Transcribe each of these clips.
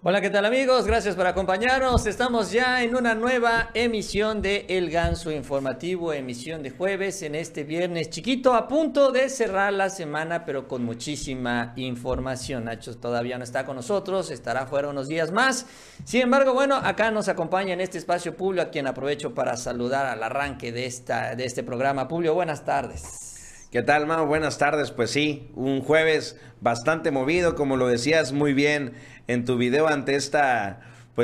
Hola, ¿qué tal amigos? Gracias por acompañarnos. Estamos ya en una nueva emisión de El Ganso Informativo, emisión de jueves en este viernes chiquito, a punto de cerrar la semana, pero con muchísima información. Nacho todavía no está con nosotros, estará fuera unos días más. Sin embargo, bueno, acá nos acompaña en este espacio Publio, a quien aprovecho para saludar al arranque de este programa. Publio, buenas tardes. ¿Qué tal, Mau? Buenas tardes. Pues sí, un jueves bastante movido, como lo decías muy bien en tu video, ante esta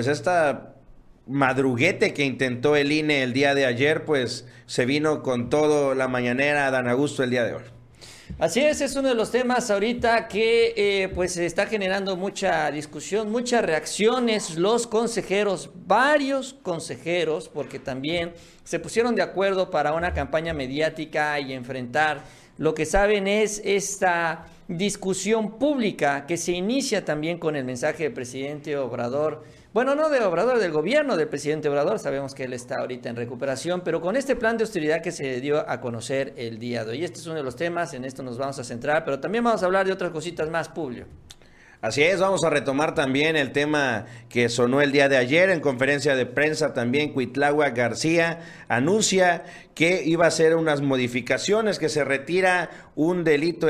madruguete que intentó el INE el día de ayer, pues se vino con todo la mañanera a Dan Augusto el día de hoy. Así es uno de los temas ahorita que pues está generando mucha discusión, muchas reacciones. Los consejeros, varios consejeros, porque también se pusieron de acuerdo para una campaña mediática y enfrentar lo que saben es esta discusión pública que se inicia también con el mensaje del presidente Obrador. Bueno, no de Obrador, del gobierno del presidente Obrador, sabemos que él está ahorita en recuperación, pero con este plan de austeridad que se dio a conocer el día de hoy. Este es uno de los temas, en esto nos vamos a centrar, pero también vamos a hablar de otras cositas más, Publio. Así es, vamos a retomar también el tema que sonó el día de ayer en conferencia de prensa. También Cuitláhuac García anuncia que iba a hacer unas modificaciones, que se retira un delito,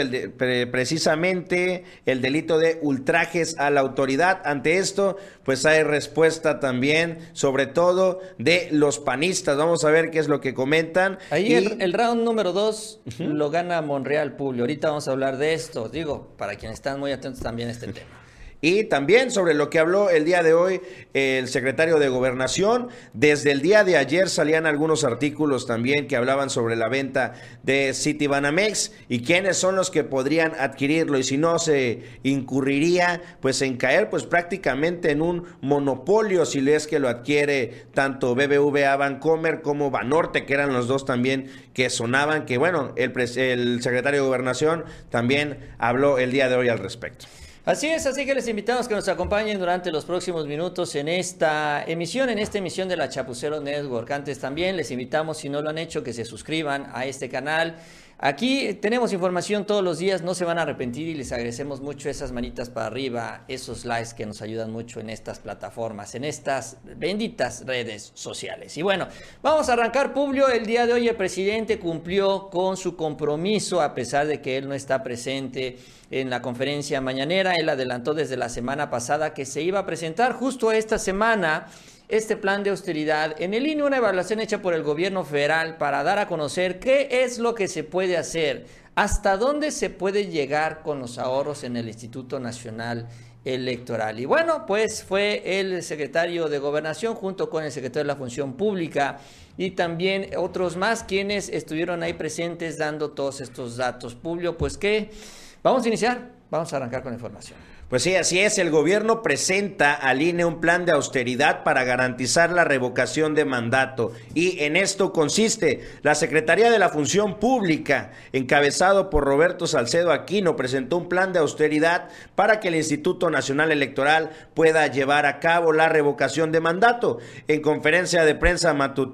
precisamente el delito de ultrajes a la autoridad. Ante esto, pues hay respuesta también, sobre todo de los panistas. Vamos a ver qué es lo que comentan. Ahí el round número 2 lo gana Monreal, Publio. Ahorita vamos a hablar de esto, digo, para quienes están muy atentos también a este tema. Y también sobre lo que habló el día de hoy el secretario de Gobernación. Desde el día de ayer salían algunos artículos también que hablaban sobre la venta de Citibanamex y quiénes son los que podrían adquirirlo, y si no se incurriría pues en caer pues prácticamente en un monopolio si es que lo adquiere tanto BBVA Bancomer como Banorte, que eran los dos también que sonaban, que bueno, el secretario de Gobernación también habló el día de hoy al respecto. Así es, así que les invitamos que nos acompañen durante los próximos minutos en esta emisión de la Chapucero Network. Antes también les invitamos, si no lo han hecho, que se suscriban a este canal. Aquí tenemos información todos los días, no se van a arrepentir, y les agradecemos mucho esas manitas para arriba, esos likes que nos ayudan mucho en estas plataformas, en estas benditas redes sociales. Y bueno, vamos a arrancar, Publio. El día de hoy el presidente cumplió con su compromiso, a pesar de que él no está presente en la conferencia mañanera. Él adelantó desde la semana pasada que se iba a presentar justo esta semana este plan de austeridad en el INE, una evaluación hecha por el gobierno federal para dar a conocer qué es lo que se puede hacer, hasta dónde se puede llegar con los ahorros en el Instituto Nacional Electoral. Y bueno, pues fue el secretario de Gobernación junto con el secretario de la Función Pública y también otros más quienes estuvieron ahí presentes dando todos estos datos. Publio, pues ¿qué? Vamos a iniciar, vamos a arrancar con la información. Pues sí, así es. El gobierno presenta al INE un plan de austeridad para garantizar la revocación de mandato. Y en esto consiste: la Secretaría de la Función Pública, encabezado por Roberto Salcedo Aquino, presentó un plan de austeridad para que el Instituto Nacional Electoral pueda llevar a cabo la revocación de mandato. En conferencia de prensa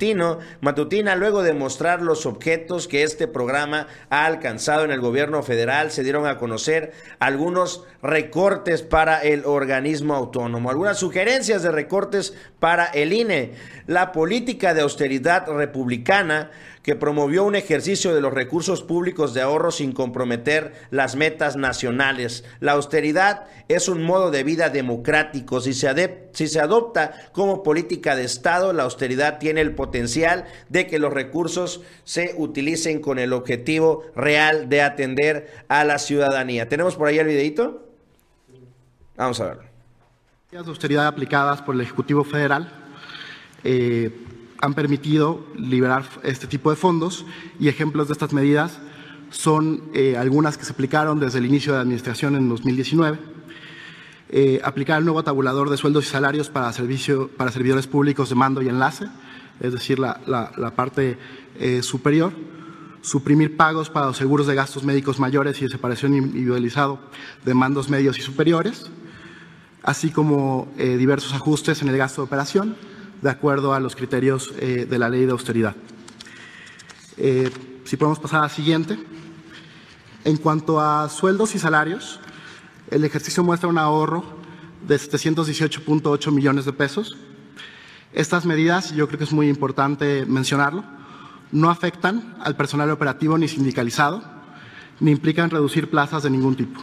matutina, luego de mostrar los objetos que este programa ha alcanzado en el gobierno federal, se dieron a conocer algunos recortes para el organismo autónomo, algunas sugerencias de recortes para el INE. La política de austeridad republicana, que promovió un ejercicio de los recursos públicos de ahorro sin comprometer las metas nacionales. La austeridad es un modo de vida democrático. Si se adopta como política de Estado, la austeridad tiene el potencial de que los recursos se utilicen con el objetivo real de atender a la ciudadanía. ¿Tenemos por ahí el videíto? Vamos a ver. Las medidas de austeridad aplicadas por el Ejecutivo Federal han permitido liberar este tipo de fondos, y ejemplos de estas medidas son algunas que se aplicaron desde el inicio de la administración en 2019. Aplicar el nuevo tabulador de sueldos y salarios para servidores públicos de mando y enlace, es decir, la parte superior. Suprimir pagos para los seguros de gastos médicos mayores y de separación individualizado de mandos medios y superiores, así como diversos ajustes en el gasto de operación, de acuerdo a los criterios de la ley de austeridad. Si podemos pasar a la siguiente. En cuanto a sueldos y salarios, el ejercicio muestra un ahorro de 718.8 millones de pesos. Estas medidas, yo creo que es muy importante mencionarlo, no afectan al personal operativo ni sindicalizado, ni implican reducir plazas de ningún tipo.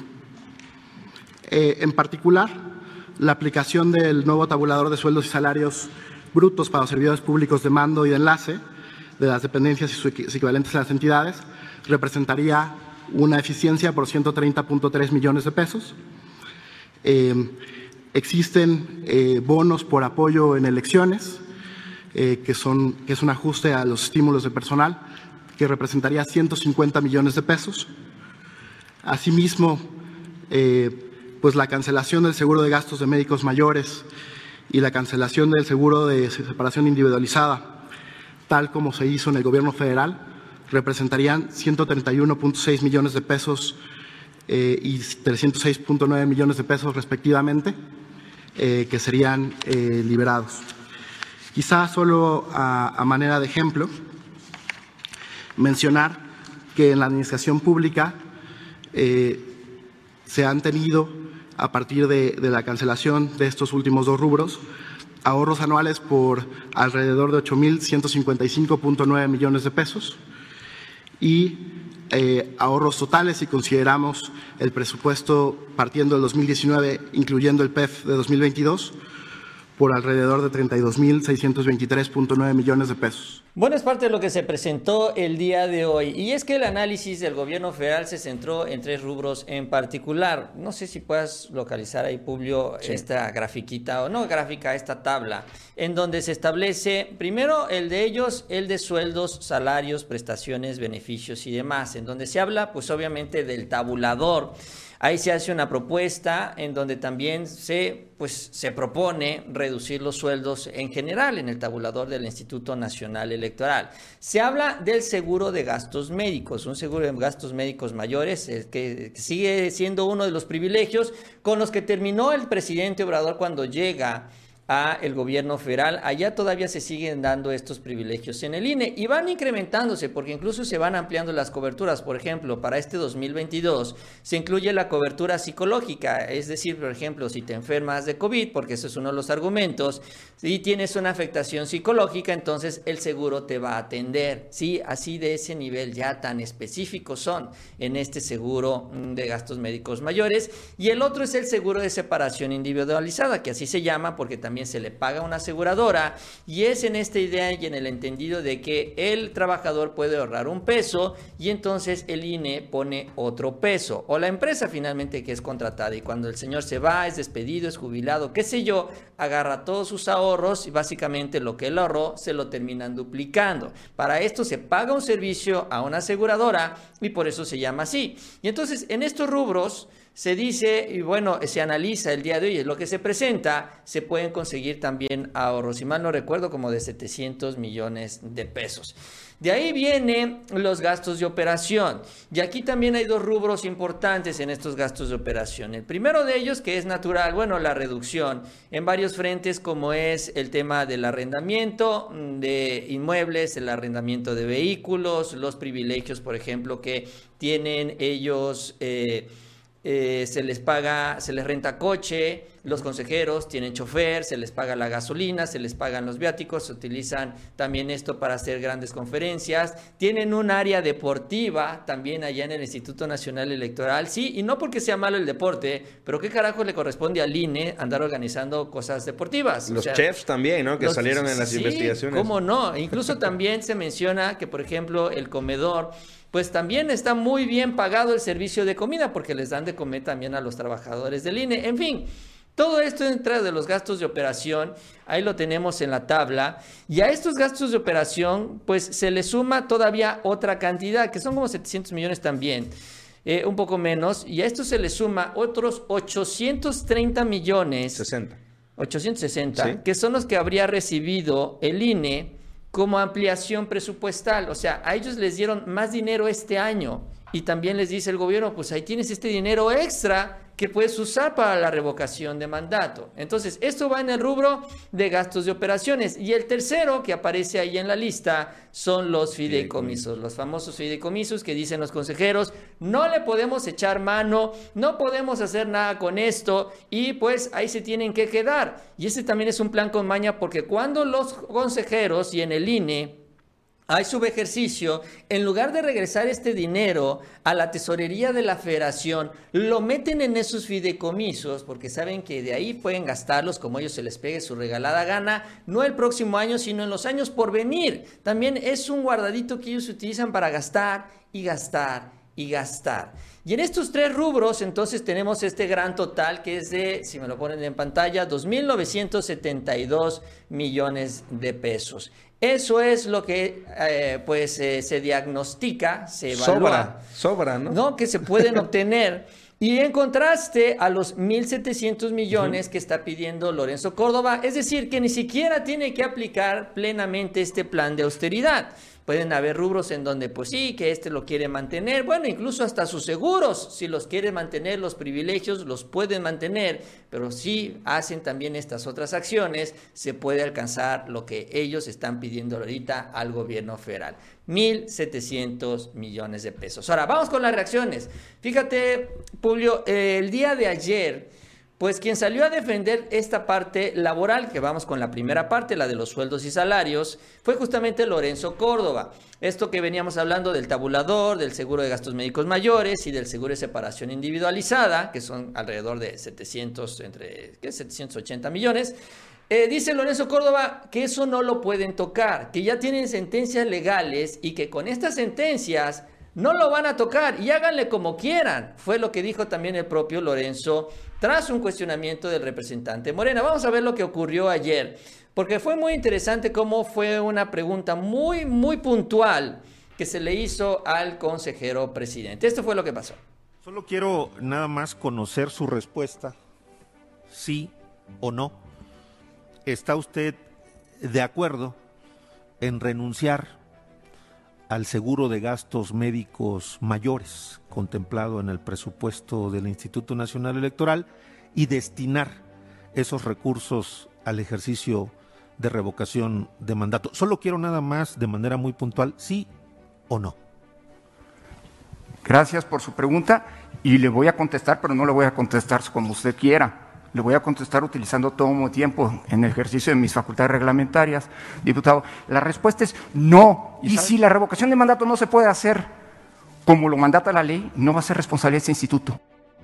En particular, la aplicación del nuevo tabulador de sueldos y salarios brutos para los servidores públicos de mando y de enlace de las dependencias y sus equivalentes a las entidades representaría una eficiencia por 130.3 millones de pesos. Existen bonos por apoyo en elecciones, que es un ajuste a los estímulos de personal, que representaría 150 millones de pesos. Asimismo, pues la cancelación del seguro de gastos de médicos mayores y la cancelación del seguro de separación individualizada, tal como se hizo en el gobierno federal, representarían 131.6 millones de pesos y 306.9 millones de pesos respectivamente, que serían liberados. Quizá solo a manera de ejemplo, mencionar que en la administración pública se han tenido, a partir de la cancelación de estos últimos dos rubros, ahorros anuales por alrededor de 8.155.9 millones de pesos y ahorros totales, si consideramos el presupuesto partiendo del 2019, incluyendo el PEF de 2022, por alrededor de 32.623.9 millones de pesos. Bueno, es parte de lo que se presentó el día de hoy, y es que el análisis del gobierno federal se centró en 3 rubros en particular. No sé si puedas localizar ahí, Publio, sí, esta grafiquita, o no gráfica, esta tabla, en donde se establece, primero el de ellos, el de sueldos, salarios, prestaciones, beneficios y demás, en donde se habla, pues obviamente, del tabulador. Ahí se hace una propuesta en donde también se propone reducir los sueldos en general en el tabulador del Instituto Nacional Electoral. Se habla del seguro de gastos médicos, un seguro de gastos médicos mayores, que sigue siendo uno de los privilegios con los que terminó el presidente Obrador cuando llega a el gobierno federal. Allá todavía se siguen dando estos privilegios en el INE y van incrementándose porque incluso se van ampliando las coberturas. Por ejemplo, para este 2022 se incluye la cobertura psicológica, es decir, por ejemplo, si te enfermas de COVID, porque ese es uno de los argumentos, si tienes una afectación psicológica, entonces el seguro te va a atender. Sí, así de ese nivel ya tan específicos son en este seguro de gastos médicos mayores. Y el otro es el seguro de separación individualizada, que así se llama porque también se le paga a una aseguradora, y es en esta idea y en el entendido de que el trabajador puede ahorrar un peso y entonces el INE pone otro peso, o la empresa finalmente que es contratada, y cuando el señor se va, es despedido, es jubilado, qué sé yo, agarra todos sus ahorros y básicamente lo que él ahorró se lo terminan duplicando. Para esto se paga un servicio a una aseguradora y por eso se llama así. Y entonces en estos rubros se dice, y bueno, se analiza el día de hoy, es lo que se presenta, se pueden conseguir también ahorros, si mal no recuerdo, como de 700 millones de pesos. De ahí vienen los gastos de operación, y aquí también hay 2 rubros importantes en estos gastos de operación. El primero de ellos, que es natural, bueno, la reducción en varios frentes, como es el tema del arrendamiento de inmuebles, el arrendamiento de vehículos, los privilegios, por ejemplo, que tienen ellos, se les paga, se les renta coche, los consejeros tienen chofer, se les paga la gasolina, se les pagan los viáticos, se utilizan también esto para hacer grandes conferencias, tienen un área deportiva también allá en el Instituto Nacional Electoral, sí, y no porque sea malo el deporte, pero qué carajo le corresponde al INE andar organizando cosas deportivas. Los chefs también, ¿no? Que salieron en las investigaciones. ¿Cómo no? Incluso también se menciona que, por ejemplo, el comedor, pues también está muy bien pagado el servicio de comida porque les dan de comer también a los trabajadores del INE. En fin, todo esto entra de los gastos de operación, ahí lo tenemos en la tabla, y a estos gastos de operación pues se le suma todavía otra cantidad, que son como 700 millones también, un poco menos, y a esto se le suma otros 830 millones, 860, ¿sí? Que son los que habría recibido el INE como ampliación presupuestal. O sea, a ellos les dieron más dinero este año y también les dice el gobierno, pues ahí tienes este dinero extra que puedes usar para la revocación de mandato. Entonces, esto va en el rubro de gastos de operaciones. Y el tercero que aparece ahí en la lista son los fideicomisos, los famosos fideicomisos que dicen los consejeros, no le podemos echar mano, no podemos hacer nada con esto y pues ahí se tienen que quedar. Y ese también es un plan con maña porque cuando los consejeros y en el INE hay subejercicio, en lugar de regresar este dinero a la tesorería de la federación, lo meten en esos fideicomisos porque saben que de ahí pueden gastarlos como ellos se les pegue su regalada gana, no el próximo año, sino en los años por venir. También es un guardadito que ellos utilizan para gastar y gastar y gastar. Y en estos tres rubros, entonces, tenemos este gran total que es de, si me lo ponen en pantalla, 2.972 millones de pesos. Eso es lo que se diagnostica, se evalúa. Sobra, ¿no? ¿No? Que se pueden obtener. Y en contraste a los 1.700 millones que está pidiendo Lorenzo Córdoba, es decir, que ni siquiera tiene que aplicar plenamente este plan de austeridad. Pueden haber rubros en donde, pues sí, que este lo quiere mantener. Bueno, incluso hasta sus seguros, si los quiere mantener, los privilegios los pueden mantener. Pero si hacen también estas otras acciones, se puede alcanzar lo que ellos están pidiendo ahorita al gobierno federal. 1.700 millones de pesos. Ahora, vamos con las reacciones. Fíjate, Publio, el día de ayer, pues quien salió a defender esta parte laboral, que vamos con la primera parte, la de los sueldos y salarios, fue justamente Lorenzo Córdoba. Esto que veníamos hablando del tabulador, del seguro de gastos médicos mayores y del seguro de separación individualizada, que son alrededor de 780 millones. Dice Lorenzo Córdoba que eso no lo pueden tocar, que ya tienen sentencias legales y que con estas sentencias no lo van a tocar y háganle como quieran. Fue lo que dijo también el propio Lorenzo tras un cuestionamiento del representante Morena. Vamos a ver lo que ocurrió ayer, porque fue muy interesante cómo fue una pregunta muy, muy puntual que se le hizo al consejero presidente. Esto fue lo que pasó. Solo quiero nada más conocer su respuesta, sí o no. ¿Está usted de acuerdo en renunciar al seguro de gastos médicos mayores contemplado en el presupuesto del Instituto Nacional Electoral y destinar esos recursos al ejercicio de revocación de mandato? Solo quiero nada más de manera muy puntual, sí o no. Gracias por su pregunta y le voy a contestar, pero no le voy a contestar como usted quiera. Le voy a contestar utilizando todo mi tiempo en el ejercicio de mis facultades reglamentarias. Diputado, la respuesta es no. Y si la revocación de mandato no se puede hacer como lo mandata la ley, no va a ser responsabilidad de este instituto.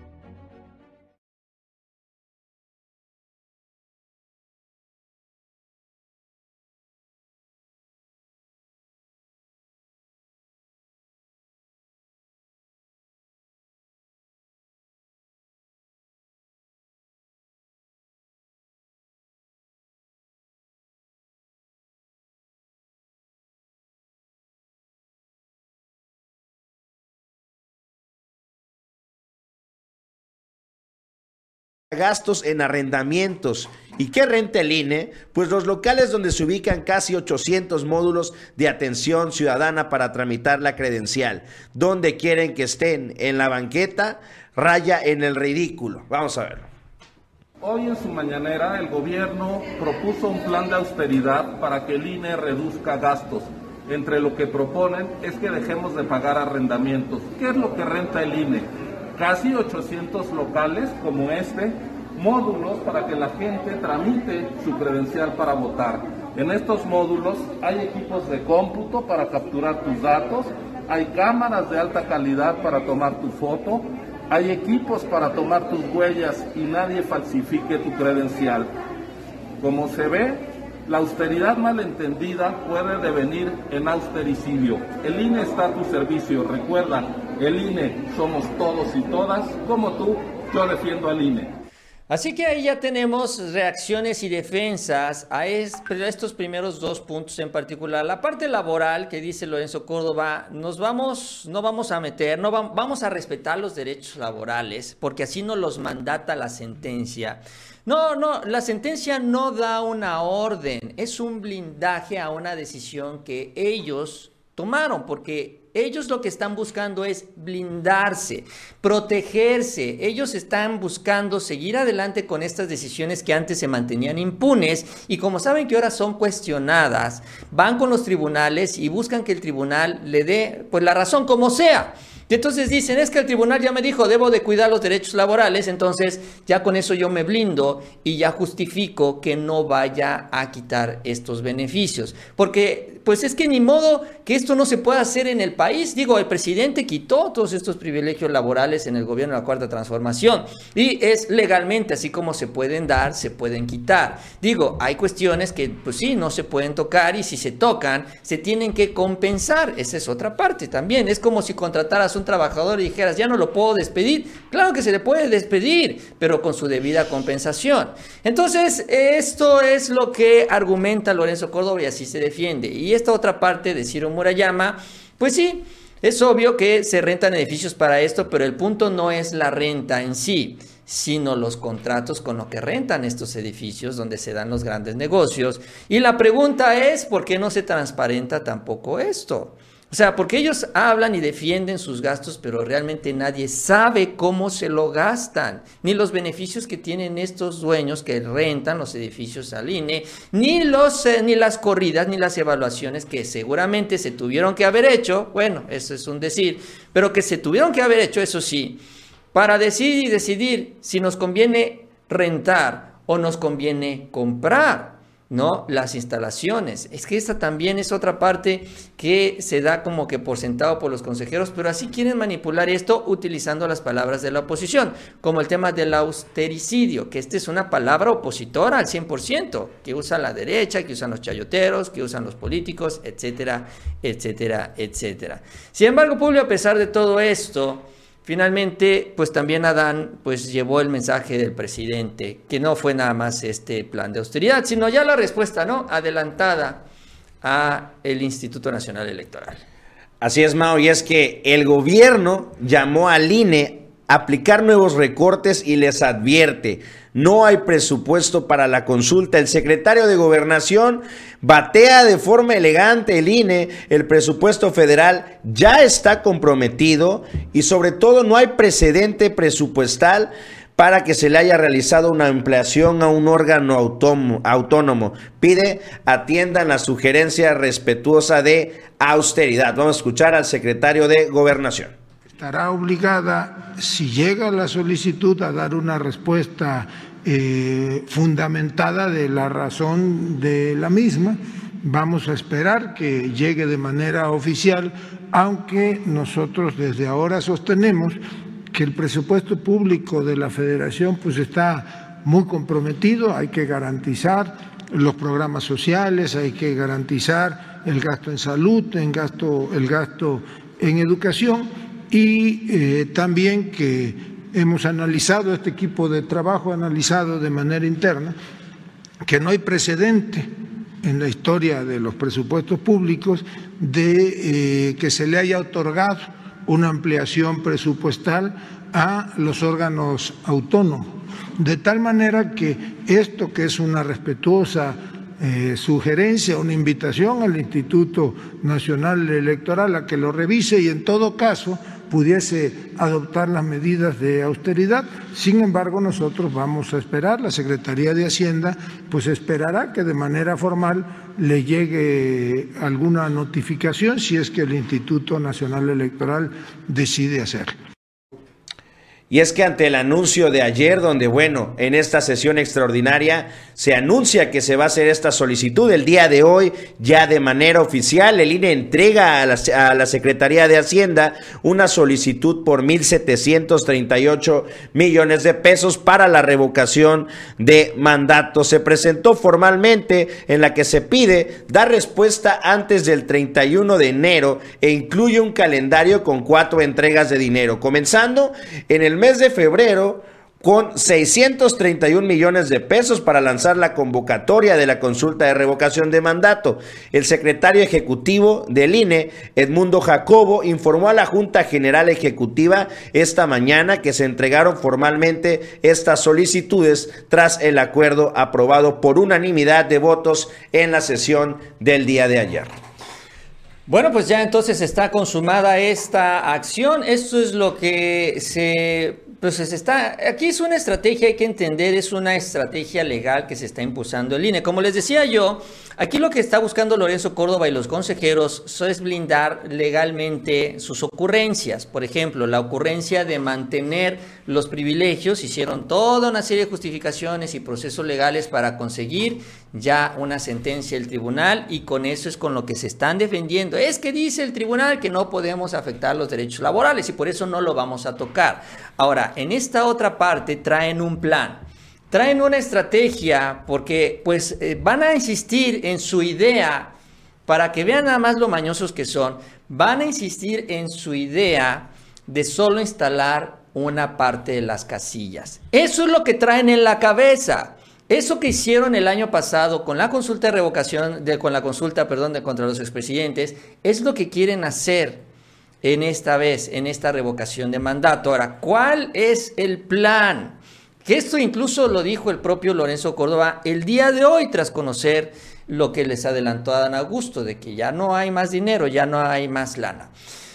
Gastos en arrendamientos. ¿Y qué renta el INE? Pues los locales donde se ubican casi 800 módulos de atención ciudadana para tramitar la credencial. ¿Dónde quieren que estén? ¿En la banqueta? Raya en el ridículo. Vamos a verlo. Hoy en su mañanera el gobierno propuso un plan de austeridad para que el INE reduzca gastos. Entre lo que proponen es que dejemos de pagar arrendamientos. ¿Qué es lo que renta el INE? Casi 800 locales como este, módulos para que la gente tramite su credencial para votar. En estos módulos hay equipos de cómputo para capturar tus datos, hay cámaras de alta calidad para tomar tu foto, hay equipos para tomar tus huellas y nadie falsifique tu credencial. Como se ve, la austeridad malentendida puede devenir en austericidio. El INE está a tu servicio. Recuerda, el INE somos todos y todas. Como tú, yo defiendo al INE. Así que ahí ya tenemos reacciones y defensas a estos primeros dos puntos en particular. La parte laboral que dice Lorenzo Córdoba, no vamos a meter, vamos a respetar los derechos laborales, porque así nos los mandata la sentencia. No, la sentencia no da una orden, es un blindaje a una decisión que ellos tomaron, porque Ellos lo que están buscando es blindarse, protegerse. Ellos están buscando seguir adelante con estas decisiones que antes se mantenían impunes y como saben que ahora son cuestionadas, van con los tribunales y buscan que el tribunal le dé pues la razón como sea. Y entonces dicen, es que el tribunal ya me dijo, debo de cuidar los derechos laborales, entonces ya con eso yo me blindo y ya justifico que no vaya a quitar estos beneficios. Porque pues es que ni modo que esto no se pueda hacer en el país. Digo, el presidente quitó todos estos privilegios laborales en el gobierno de la Cuarta Transformación y es legalmente, así como se pueden dar, se pueden quitar. Digo, hay cuestiones que pues sí, no se pueden tocar y si se tocan, se tienen que compensar. Esa es otra parte también. Es como si contrataras un trabajador y dijeras, ya no lo puedo despedir. Claro que se le puede despedir, pero con su debida compensación. Entonces, esto es lo que argumenta Lorenzo Córdoba y así se defiende. Y esta otra parte de Ciro Murayama, pues sí, es obvio que se rentan edificios para esto, pero el punto no es la renta en sí, sino los contratos con lo que rentan estos edificios donde se dan los grandes negocios. Y la pregunta es, ¿por qué no se transparenta tampoco esto? O sea, porque ellos hablan y defienden sus gastos, pero realmente nadie sabe cómo se lo gastan, ni los beneficios que tienen estos dueños que rentan los edificios al INE, ni las corridas, ni las evaluaciones que seguramente se tuvieron que haber hecho, bueno, eso es un decir, pero que se tuvieron que haber hecho, eso sí, para decidir si nos conviene rentar o nos conviene comprar, ¿no? Las instalaciones. Es que esta también es otra parte que se da como que por sentado por los consejeros, pero así quieren manipular esto utilizando las palabras de la oposición, como el tema del austericidio, que esta es una palabra opositora al 100%, que usa la derecha, que usan los chayoteros, que usan los políticos, etcétera, etcétera, etcétera. Sin embargo, Publio, a pesar de todo esto, finalmente, pues también Adán pues llevó el mensaje del presidente, que no fue nada más este plan de austeridad, sino ya la respuesta, ¿no?, adelantada a el Instituto Nacional Electoral. Así es, Mao, y es que el gobierno llamó al INE a aplicar nuevos recortes y les advierte, no hay presupuesto para la consulta. El secretario de Gobernación batea de forma elegante el INE, el presupuesto federal ya está comprometido y sobre todo no hay precedente presupuestal para que se le haya realizado una ampliación a un órgano autónomo. Pide atiendan la sugerencia respetuosa de austeridad. Vamos a escuchar al secretario de Gobernación. Estará obligada, si llega la solicitud, a dar una respuesta fundamentada de la razón de la misma. Vamos a esperar que llegue de manera oficial, aunque nosotros desde ahora sostenemos que el presupuesto público de la Federación pues está muy comprometido. Hay que garantizar los programas sociales, hay que garantizar el gasto en salud, el gasto en educación. Y también que hemos analizado, este equipo de trabajo ha analizado de manera interna, que no hay precedente en la historia de los presupuestos públicos de que se le haya otorgado una ampliación presupuestal a los órganos autónomos. De tal manera que esto, que es una respetuosa sugerencia, una invitación al Instituto Nacional Electoral a que lo revise y en todo caso pudiese adoptar las medidas de austeridad. Sin embargo, nosotros vamos a esperar, la Secretaría de Hacienda pues esperará que de manera formal le llegue alguna notificación si es que el Instituto Nacional Electoral decide hacerlo. Y es que ante el anuncio de ayer, donde bueno, en esta sesión extraordinaria se anuncia que se va a hacer esta solicitud, el día de hoy ya de manera oficial el INE entrega a la Secretaría de Hacienda una solicitud por 1,738 millones de pesos para la revocación de mandato. Se presentó formalmente en la que se pide dar respuesta antes del 31 de enero e incluye un calendario con 4 entregas de dinero, comenzando en el mes de febrero con 631 millones de pesos para lanzar la convocatoria de la consulta de revocación de mandato. El secretario ejecutivo del INE, Edmundo Jacobo, informó a la Junta General Ejecutiva esta mañana que se entregaron formalmente estas solicitudes tras el acuerdo aprobado por unanimidad de votos en la sesión del día de ayer. Bueno, pues ya entonces está consumada esta acción. Esto es lo que se está, aquí es una estrategia, hay que entender, es una estrategia legal que se está impulsando el INE. Como les decía yo, aquí lo que está buscando Lorenzo Córdoba y los consejeros es blindar legalmente sus ocurrencias. Por ejemplo, la ocurrencia de mantener los privilegios, hicieron toda una serie de justificaciones y procesos legales para conseguir ya una sentencia del tribunal, y con eso es con lo que se están defendiendo. Es que dice el tribunal que no podemos afectar los derechos laborales y por eso no lo vamos a tocar. Ahora, en esta otra parte traen un plan, traen una estrategia, porque pues van a insistir en su idea, para que vean nada más lo mañosos que son, van a insistir en su idea de solo instalar una parte de las casillas. Eso es lo que traen en la cabeza. Eso que hicieron el año pasado con la consulta de revocación, contra los expresidentes, es lo que quieren hacer en esta revocación de mandato. Ahora, ¿cuál es el plan? Que esto incluso lo dijo el propio Lorenzo Córdoba el día de hoy, tras conocer lo que les adelantó Adán Augusto, de que ya no hay más dinero, ya no hay más lana.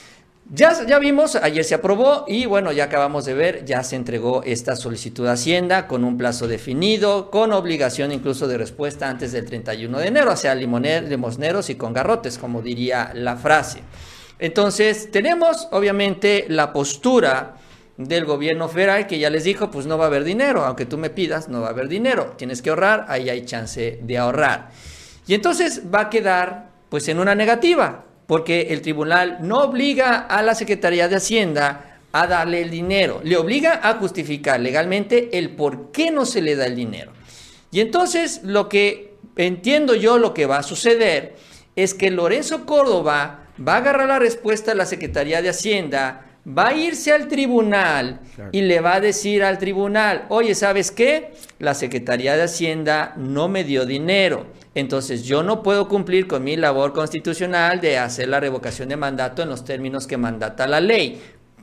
Ya vimos, ayer se aprobó y bueno, ya acabamos de ver, ya se entregó esta solicitud a Hacienda con un plazo definido, con obligación incluso de respuesta antes del 31 de enero, o sea, limosneros y con garrotes, como diría la frase. Entonces, tenemos obviamente la postura del gobierno federal, que ya les dijo, pues no va a haber dinero, aunque tú me pidas, no va a haber dinero, tienes que ahorrar, ahí hay chance de ahorrar. Y entonces va a quedar pues en una negativa, porque el tribunal no obliga a la Secretaría de Hacienda a darle el dinero, le obliga a justificar legalmente el por qué no se le da el dinero. Y entonces lo que entiendo yo, lo que va a suceder es que Lorenzo Córdoba va a agarrar la respuesta de la Secretaría de Hacienda, va a irse al tribunal y le va a decir al tribunal, oye, ¿sabes qué? La Secretaría de Hacienda no me dio dinero, entonces yo no puedo cumplir con mi labor constitucional de hacer la revocación de mandato en los términos que mandata la ley.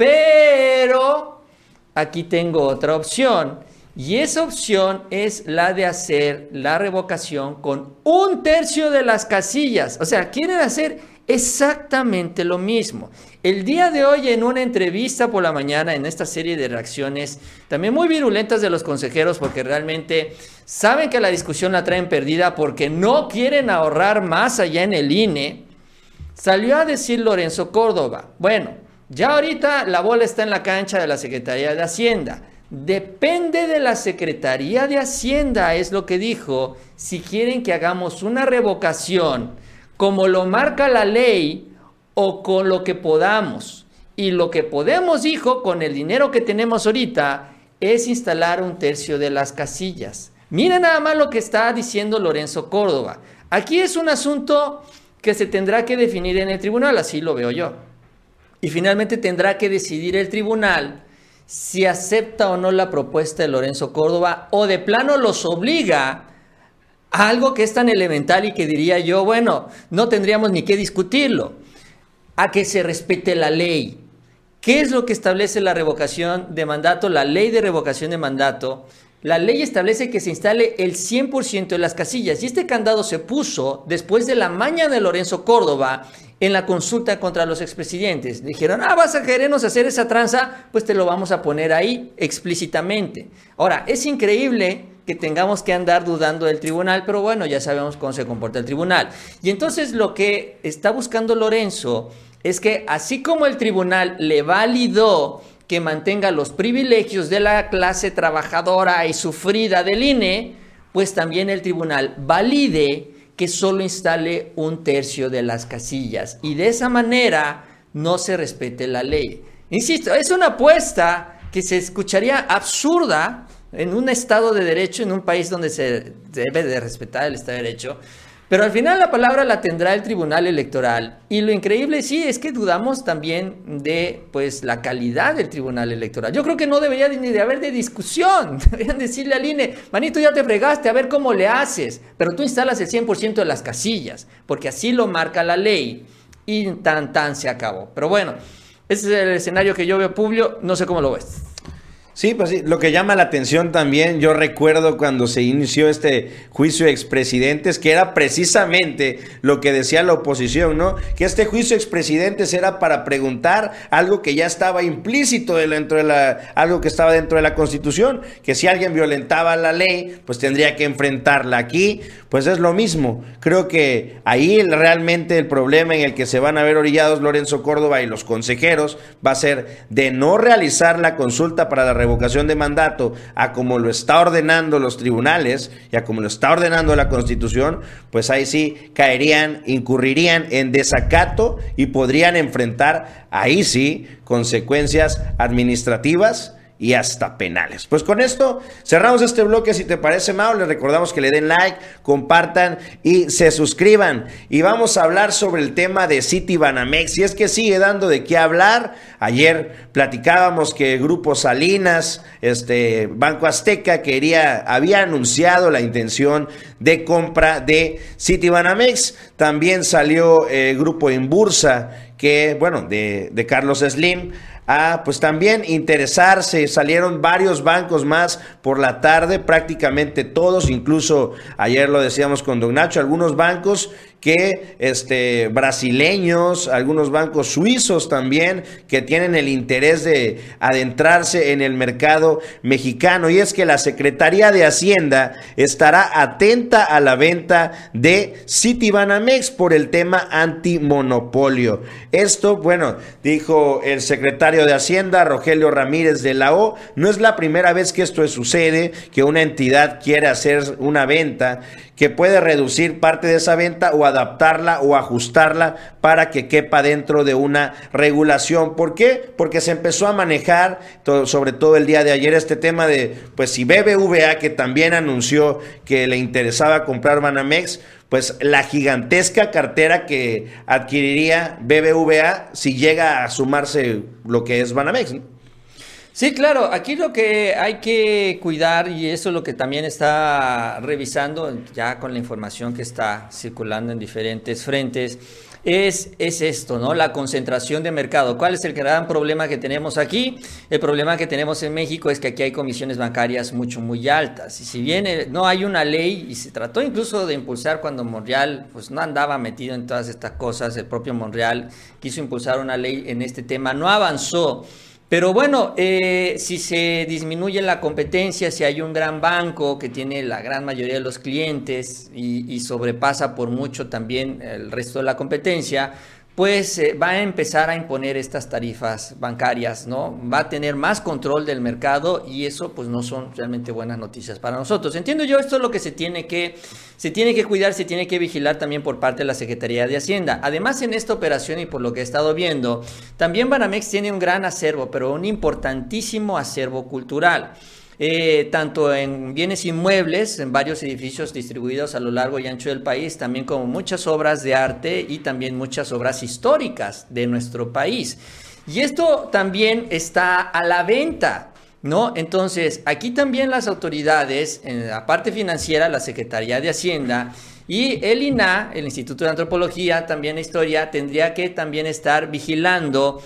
Pero aquí tengo otra opción, y esa opción es la de hacer la revocación con 1/3 de las casillas. O sea, quieren hacer exactamente lo mismo. El día de hoy, en una entrevista por la mañana, en esta serie de reacciones también muy virulentas de los consejeros, porque realmente saben que la discusión la traen perdida porque no quieren ahorrar más allá en el INE, salió a decir Lorenzo Córdoba, bueno, ya ahorita la bola está en la cancha de la Secretaría de Hacienda. Depende de la Secretaría de Hacienda, es lo que dijo, si quieren que hagamos una revocación como lo marca la ley o con lo que podamos. Y lo que podemos, dijo, con el dinero que tenemos ahorita, es instalar 1/3 de las casillas. Miren nada más lo que está diciendo Lorenzo Córdoba. Aquí es un asunto que se tendrá que definir en el tribunal, así lo veo yo. Y finalmente tendrá que decidir el tribunal si acepta o no la propuesta de Lorenzo Córdoba, o de plano los obliga a algo que es tan elemental y que diría yo, bueno, no tendríamos ni que discutirlo, a que se respete la ley. ¿Qué es lo que establece la revocación de mandato? La ley de revocación de mandato. La ley establece que se instale el 100% de las casillas, y este candado se puso después de la maña de Lorenzo Córdoba en la consulta contra los expresidentes. Dijeron, vas a querernos hacer esa tranza, pues te lo vamos a poner ahí explícitamente. Ahora, es increíble que tengamos que andar dudando del tribunal, pero bueno, ya sabemos cómo se comporta el tribunal. Y entonces lo que está buscando Lorenzo es que, así como el tribunal le validó que mantenga los privilegios de la clase trabajadora y sufrida del INE, pues también el tribunal valide que solo instale 1/3 de las casillas, y de esa manera no se respete la ley. Insisto, es una apuesta que se escucharía absurda en un Estado de Derecho, en un país donde se debe de respetar el Estado de Derecho, pero al final la palabra la tendrá el Tribunal Electoral. Y lo increíble, sí, es que dudamos también de pues la calidad del Tribunal Electoral. Yo creo que no debería ni de haber de discusión. Deberían decirle al INE, manito, ya te fregaste, a ver cómo le haces, pero tú instalas el 100% de las casillas, porque así lo marca la ley, y tan se acabó. Pero bueno, ese es el escenario que yo veo, Publio, no sé cómo lo ves. Sí, pues sí, lo que llama la atención también, yo recuerdo cuando se inició este juicio de expresidentes, que era precisamente lo que decía la oposición, ¿no? Que este juicio de expresidentes era para preguntar algo que ya estaba implícito algo que estaba dentro de la Constitución, que si alguien violentaba la ley, pues tendría que enfrentarla. Aquí, pues es lo mismo. Creo que ahí realmente el problema en el que se van a ver orillados Lorenzo Córdoba y los consejeros va a ser de no realizar la consulta para la revocación de mandato a como lo está ordenando los tribunales y a como lo está ordenando la Constitución, pues ahí sí incurrirían en desacato y podrían enfrentar ahí sí consecuencias administrativas y hasta penales. Pues con esto cerramos este bloque. Si te parece, Mau, les recordamos que le den like, compartan y se suscriban. Y vamos a hablar sobre el tema de Citibanamex. Y es que sigue dando de qué hablar. Ayer platicábamos que Grupo Salinas, Banco Azteca había anunciado la intención de compra de Citibanamex. También salió Grupo Inbursa, de Carlos Slim, pues también interesarse. Salieron varios bancos más por la tarde, prácticamente todos, incluso ayer lo decíamos con Don Nacho, algunos bancos que brasileños, algunos bancos suizos también, que tienen el interés de adentrarse en el mercado mexicano. Y es que la Secretaría de Hacienda estará atenta a la venta de Citibanamex por el tema antimonopolio. Esto, dijo el secretario de Hacienda, Rogelio Ramírez de la O, no es la primera vez que esto sucede, que una entidad quiere hacer una venta, que puede reducir parte de esa venta o adaptarla o ajustarla para que quepa dentro de una regulación. ¿Por qué? Porque se empezó a manejar, sobre todo el día de ayer, este tema de, pues si BBVA, que también anunció que le interesaba comprar Banamex, pues la gigantesca cartera que adquiriría BBVA si llega a sumarse lo que es Banamex, ¿no? Sí, claro, aquí lo que hay que cuidar, y eso es lo que también está revisando ya con la información que está circulando en diferentes frentes, es esto, ¿no? La concentración de mercado. ¿Cuál es el gran problema que tenemos aquí? El problema que tenemos en México es que aquí hay comisiones bancarias muy altas. Y si bien no hay una ley, y se trató incluso de impulsar cuando Monreal pues no andaba metido en todas estas cosas, el propio Monreal quiso impulsar una ley en este tema, no avanzó. Pero si se disminuye la competencia, si hay un gran banco que tiene la gran mayoría de los clientes y sobrepasa por mucho también el resto de la competencia, pues va a empezar a imponer estas tarifas bancarias, ¿no? Va a tener más control del mercado y eso pues no son realmente buenas noticias para nosotros. Entiendo yo, esto es lo que se tiene que cuidar, se tiene que vigilar también por parte de la Secretaría de Hacienda. Además, en esta operación y por lo que he estado viendo, también Banamex tiene un gran acervo, pero un importantísimo acervo cultural. Tanto en bienes inmuebles, en varios edificios distribuidos a lo largo y ancho del país, también como muchas obras de arte y también muchas obras históricas de nuestro país. Y esto también está a la venta, ¿no? Entonces, aquí también las autoridades, en la parte financiera, la Secretaría de Hacienda y el INAH, el Instituto de Antropología, también Historia, tendría que también estar vigilando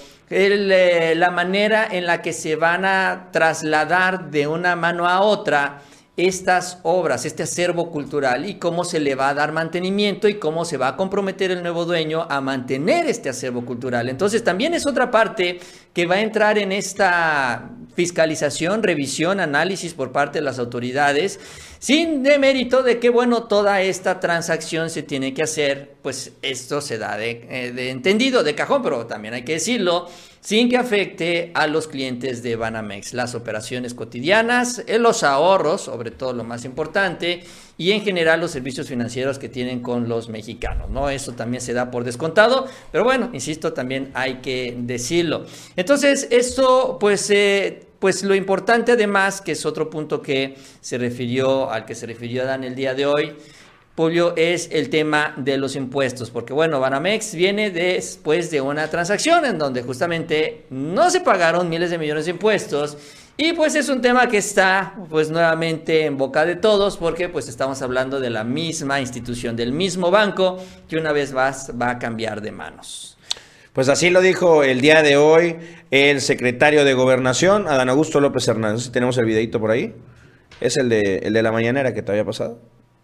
la manera en la que se van a trasladar de una mano a otra estas obras, este acervo cultural, y cómo se le va a dar mantenimiento y cómo se va a comprometer el nuevo dueño a mantener este acervo cultural. Entonces también es otra parte que va a entrar en esta fiscalización, revisión, análisis por parte de las autoridades, sin demérito de que, toda esta transacción se tiene que hacer, pues esto se da de entendido, de cajón, pero también hay que decirlo, sin que afecte a los clientes de Banamex, las operaciones cotidianas, los ahorros, sobre todo lo más importante, y en general los servicios financieros que tienen con los mexicanos, ¿no? Eso también se da por descontado, pero insisto, también hay que decirlo. Entonces, esto, pues lo importante además, que es otro punto al que se refirió Dan el día de hoy, Julio, es el tema de los impuestos, porque Banamex viene después de una transacción en donde justamente no se pagaron miles de millones de impuestos, y pues es un tema que está pues nuevamente en boca de todos, porque pues estamos hablando de la misma institución, del mismo banco, que una vez más va a cambiar de manos. Pues así lo dijo el día de hoy el secretario de Gobernación, Adán Augusto López Hernández. ¿Tenemos el videito por ahí? Es el de la mañanera que te había pasado.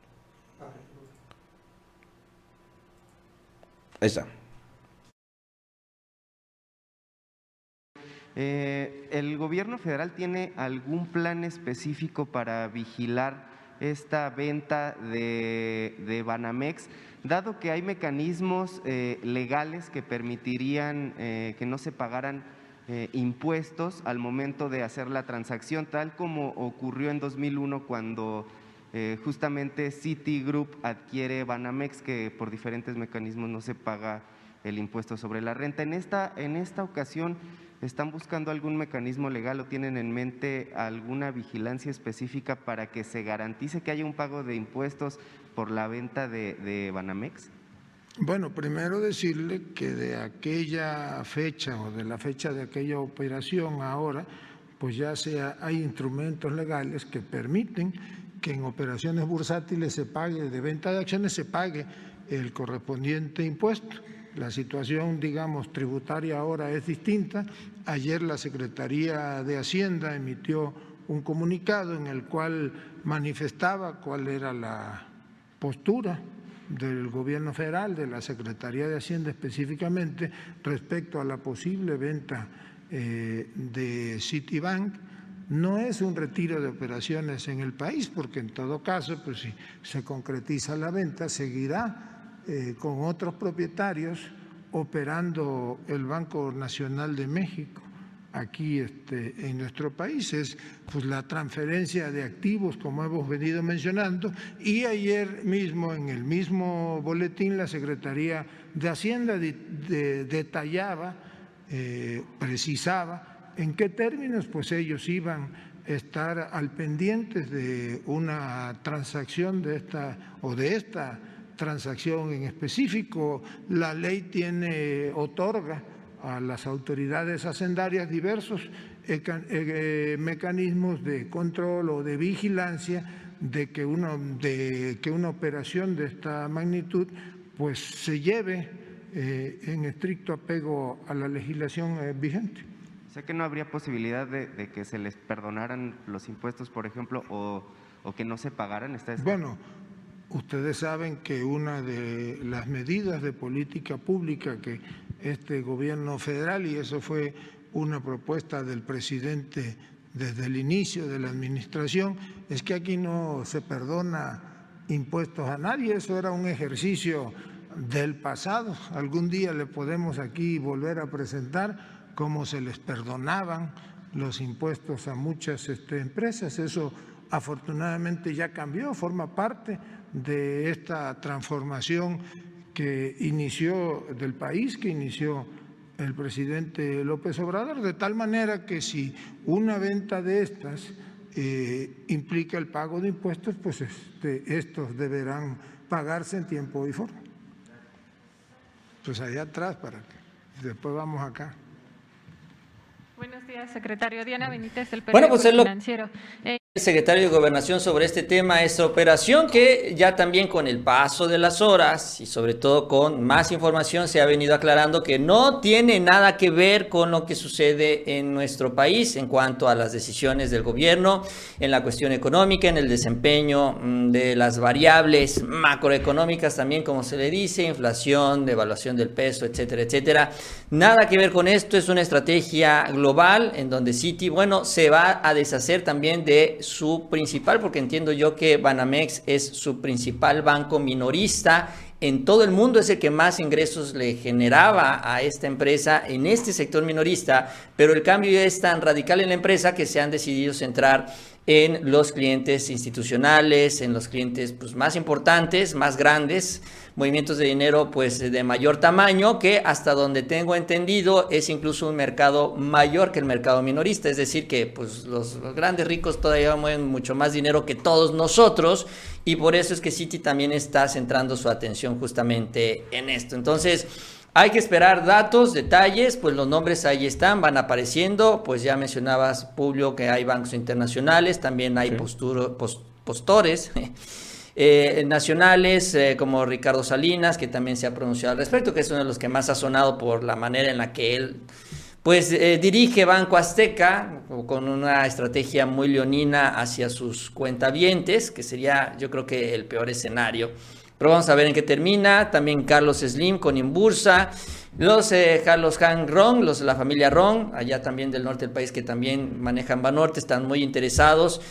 Ahí está. ¿El gobierno federal tiene algún plan específico para vigilar esta venta de Banamex, dado que hay mecanismos legales que permitirían que no se pagaran impuestos al momento de hacer la transacción, tal como ocurrió en 2001 cuando justamente Citigroup adquiere Banamex, que por diferentes mecanismos no se paga el impuesto sobre la renta? En esta ocasión, ¿están buscando algún mecanismo legal o tienen en mente alguna vigilancia específica para que se garantice que haya un pago de impuestos por la venta de Banamex? Bueno, primero decirle que de aquella fecha o de la fecha de aquella operación ahora, pues ya hay instrumentos legales que permiten que en operaciones bursátiles se pague, de venta de acciones se pague el correspondiente impuesto. La situación, digamos, tributaria ahora es distinta. Ayer la Secretaría de Hacienda emitió un comunicado en el cual manifestaba cuál era la postura del Gobierno federal, de la Secretaría de Hacienda específicamente, respecto a la posible venta de Citibank. No es un retiro de operaciones en el país, porque en todo caso, pues si se concretiza la venta, seguirá con otros propietarios operando el Banco Nacional de México aquí en nuestro país. Es pues la transferencia de activos, como hemos venido mencionando, y ayer mismo en el mismo boletín la Secretaría de Hacienda detallaba, precisaba en qué términos pues ellos iban a estar al pendientes de una transacción de esta transacción en específico. La ley otorga a las autoridades hacendarias diversos mecanismos de control o de vigilancia de que una operación de esta magnitud pues se lleve en estricto apego a la legislación vigente. O sea que no habría posibilidad de que se les perdonaran los impuestos, por ejemplo, o que no se pagaran. Bueno, ustedes saben que una de las medidas de política pública que este gobierno federal, y eso fue una propuesta del presidente desde el inicio de la administración, es que aquí no se perdona impuestos a nadie. Eso era un ejercicio del pasado. Algún día le podemos aquí volver a presentar cómo se les perdonaban los impuestos a muchas empresas. Eso afortunadamente ya cambió, forma parte de esta transformación que inició del país, que inició el presidente López Obrador, de tal manera que si una venta de estas implica el pago de impuestos, pues estos deberán pagarse en tiempo y forma. Pues allá atrás, para que después vamos acá. Buenos días, secretario. Diana Benítez, del Bueno, pues Financiero. El secretario de Gobernación sobre este tema, esta operación que ya también con el paso de las horas y sobre todo con más información se ha venido aclarando que no tiene nada que ver con lo que sucede en nuestro país en cuanto a las decisiones del gobierno, en la cuestión económica, en el desempeño de las variables macroeconómicas también, como se le dice, inflación, devaluación del peso, etcétera, etcétera. Nada que ver con esto, es una estrategia global en donde Citi, bueno, se va a deshacer también de su principal, porque entiendo yo que Banamex es su principal banco minorista en todo el mundo, es el que más ingresos le generaba a esta empresa en este sector minorista, pero el cambio es tan radical en la empresa que se han decidido centrar en los clientes institucionales, en los clientes pues, más importantes, más grandes, movimientos de dinero pues de mayor tamaño, que hasta donde tengo entendido es incluso un mercado mayor que el mercado minorista, es decir que pues los grandes ricos todavía mueven mucho más dinero que todos nosotros, y por eso es que Citi también está centrando su atención justamente en esto. Entonces hay que esperar datos, detalles, pues los nombres ahí están, van apareciendo, pues ya mencionabas, Publio, que hay bancos internacionales, también hay postores nacionales como Ricardo Salinas, que también se ha pronunciado al respecto, que es uno de los que más ha sonado por la manera en la que él pues dirige Banco Azteca con una estrategia muy leonina hacia sus cuentavientes, que sería yo creo que el peor escenario. Pero vamos a ver en qué termina. También Carlos Slim con Inbursa, los Carlos Han Ron, la familia Ron, allá también del norte del país, que también manejan Banorte, están muy interesados.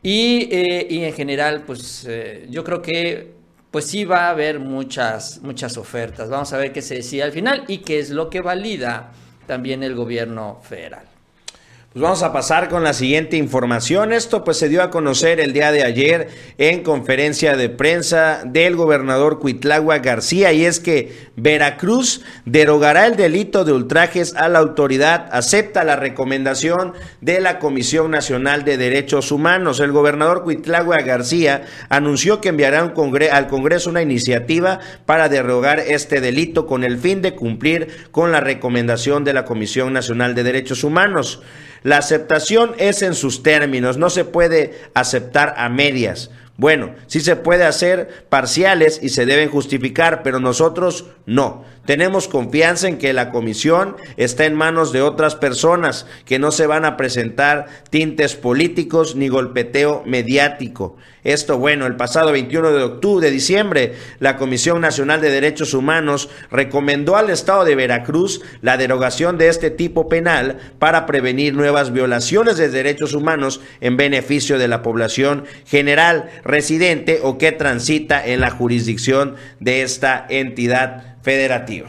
Y en general, pues yo creo que pues sí va a haber muchas ofertas. Vamos a ver qué se decide al final y qué es lo que valida también el gobierno federal. Pues vamos a pasar con la siguiente información. Esto pues se dio a conocer el día de ayer en conferencia de prensa del gobernador Cuitláhuac García, y es que Veracruz derogará el delito de ultrajes a la autoridad, acepta la recomendación de la Comisión Nacional de Derechos Humanos. El gobernador Cuitláhuac García anunció que enviará al Congreso una iniciativa para derogar este delito con el fin de cumplir con la recomendación de la Comisión Nacional de Derechos Humanos. La aceptación es en sus términos, no se puede aceptar a medias. Bueno, sí se puede hacer parciales y se deben justificar, pero nosotros no. Tenemos confianza en que la comisión está en manos de otras personas, que no se van a presentar tintes políticos ni golpeteo mediático. Esto, bueno, el pasado 21 de diciembre, la Comisión Nacional de Derechos Humanos recomendó al Estado de Veracruz la derogación de este tipo penal para prevenir nuevas violaciones de derechos humanos en beneficio de la población general, residente o que transita en la jurisdicción de esta entidad federativa.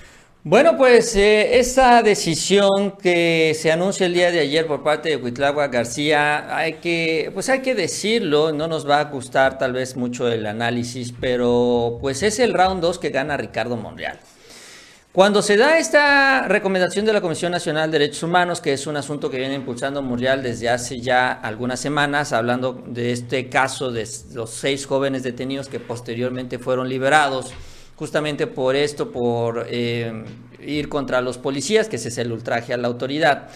Bueno, pues esa decisión que se anuncia el día de ayer por parte de Cuitláhuac García, hay que decirlo, no nos va a gustar tal vez mucho el análisis, pero pues es el round 2 que gana Ricardo Monreal. Cuando se da esta recomendación de la Comisión Nacional de Derechos Humanos, que es un asunto que viene impulsando Monreal desde hace ya algunas semanas, hablando de este caso de los 6 jóvenes detenidos que posteriormente fueron liberados, justamente por esto, por ir contra los policías, que ese es el ultraje a la autoridad.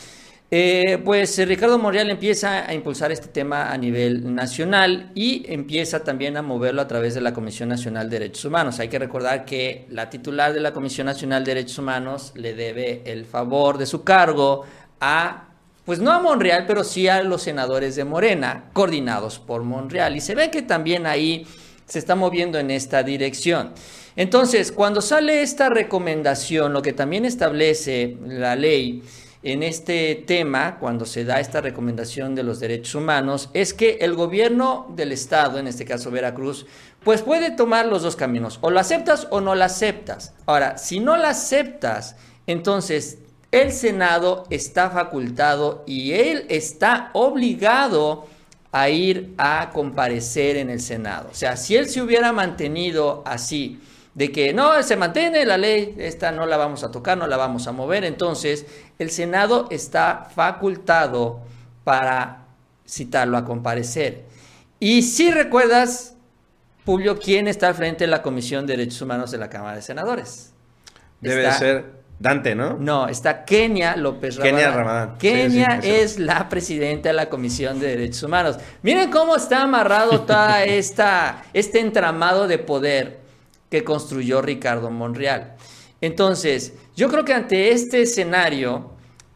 Pues Ricardo Monreal empieza a impulsar este tema a nivel nacional y empieza también a moverlo a través de la Comisión Nacional de Derechos Humanos. Hay que recordar que la titular de la Comisión Nacional de Derechos Humanos le debe el favor de su cargo a, pues no a Monreal, pero sí a los senadores de Morena, coordinados por Monreal. Y se ve que también ahí se está moviendo en esta dirección. Entonces, cuando sale esta recomendación, lo que también establece la ley en este tema, cuando se da esta recomendación de los derechos humanos, es que el gobierno del estado, en este caso Veracruz, pues puede tomar los dos caminos, o lo aceptas o no lo aceptas. Ahora, si no lo aceptas, entonces el Senado está facultado y él está obligado a ir a comparecer en el Senado. O sea, si él se hubiera mantenido así, de que no, se mantiene la ley, esta no la vamos a tocar, no la vamos a mover, entonces el Senado está facultado para citarlo a comparecer. Y si recuerdas, Publio, ¿quién está al frente de la Comisión de Derechos Humanos de la Cámara de Senadores? Debe ser Dante, ¿no? No, está Kenia López Rabadán. Kenia Rabadán. Kenia es la presidenta de la Comisión de Derechos Humanos. Miren cómo está amarrado todo este entramado de poder que construyó Ricardo Monreal. Entonces, yo creo que ante este escenario,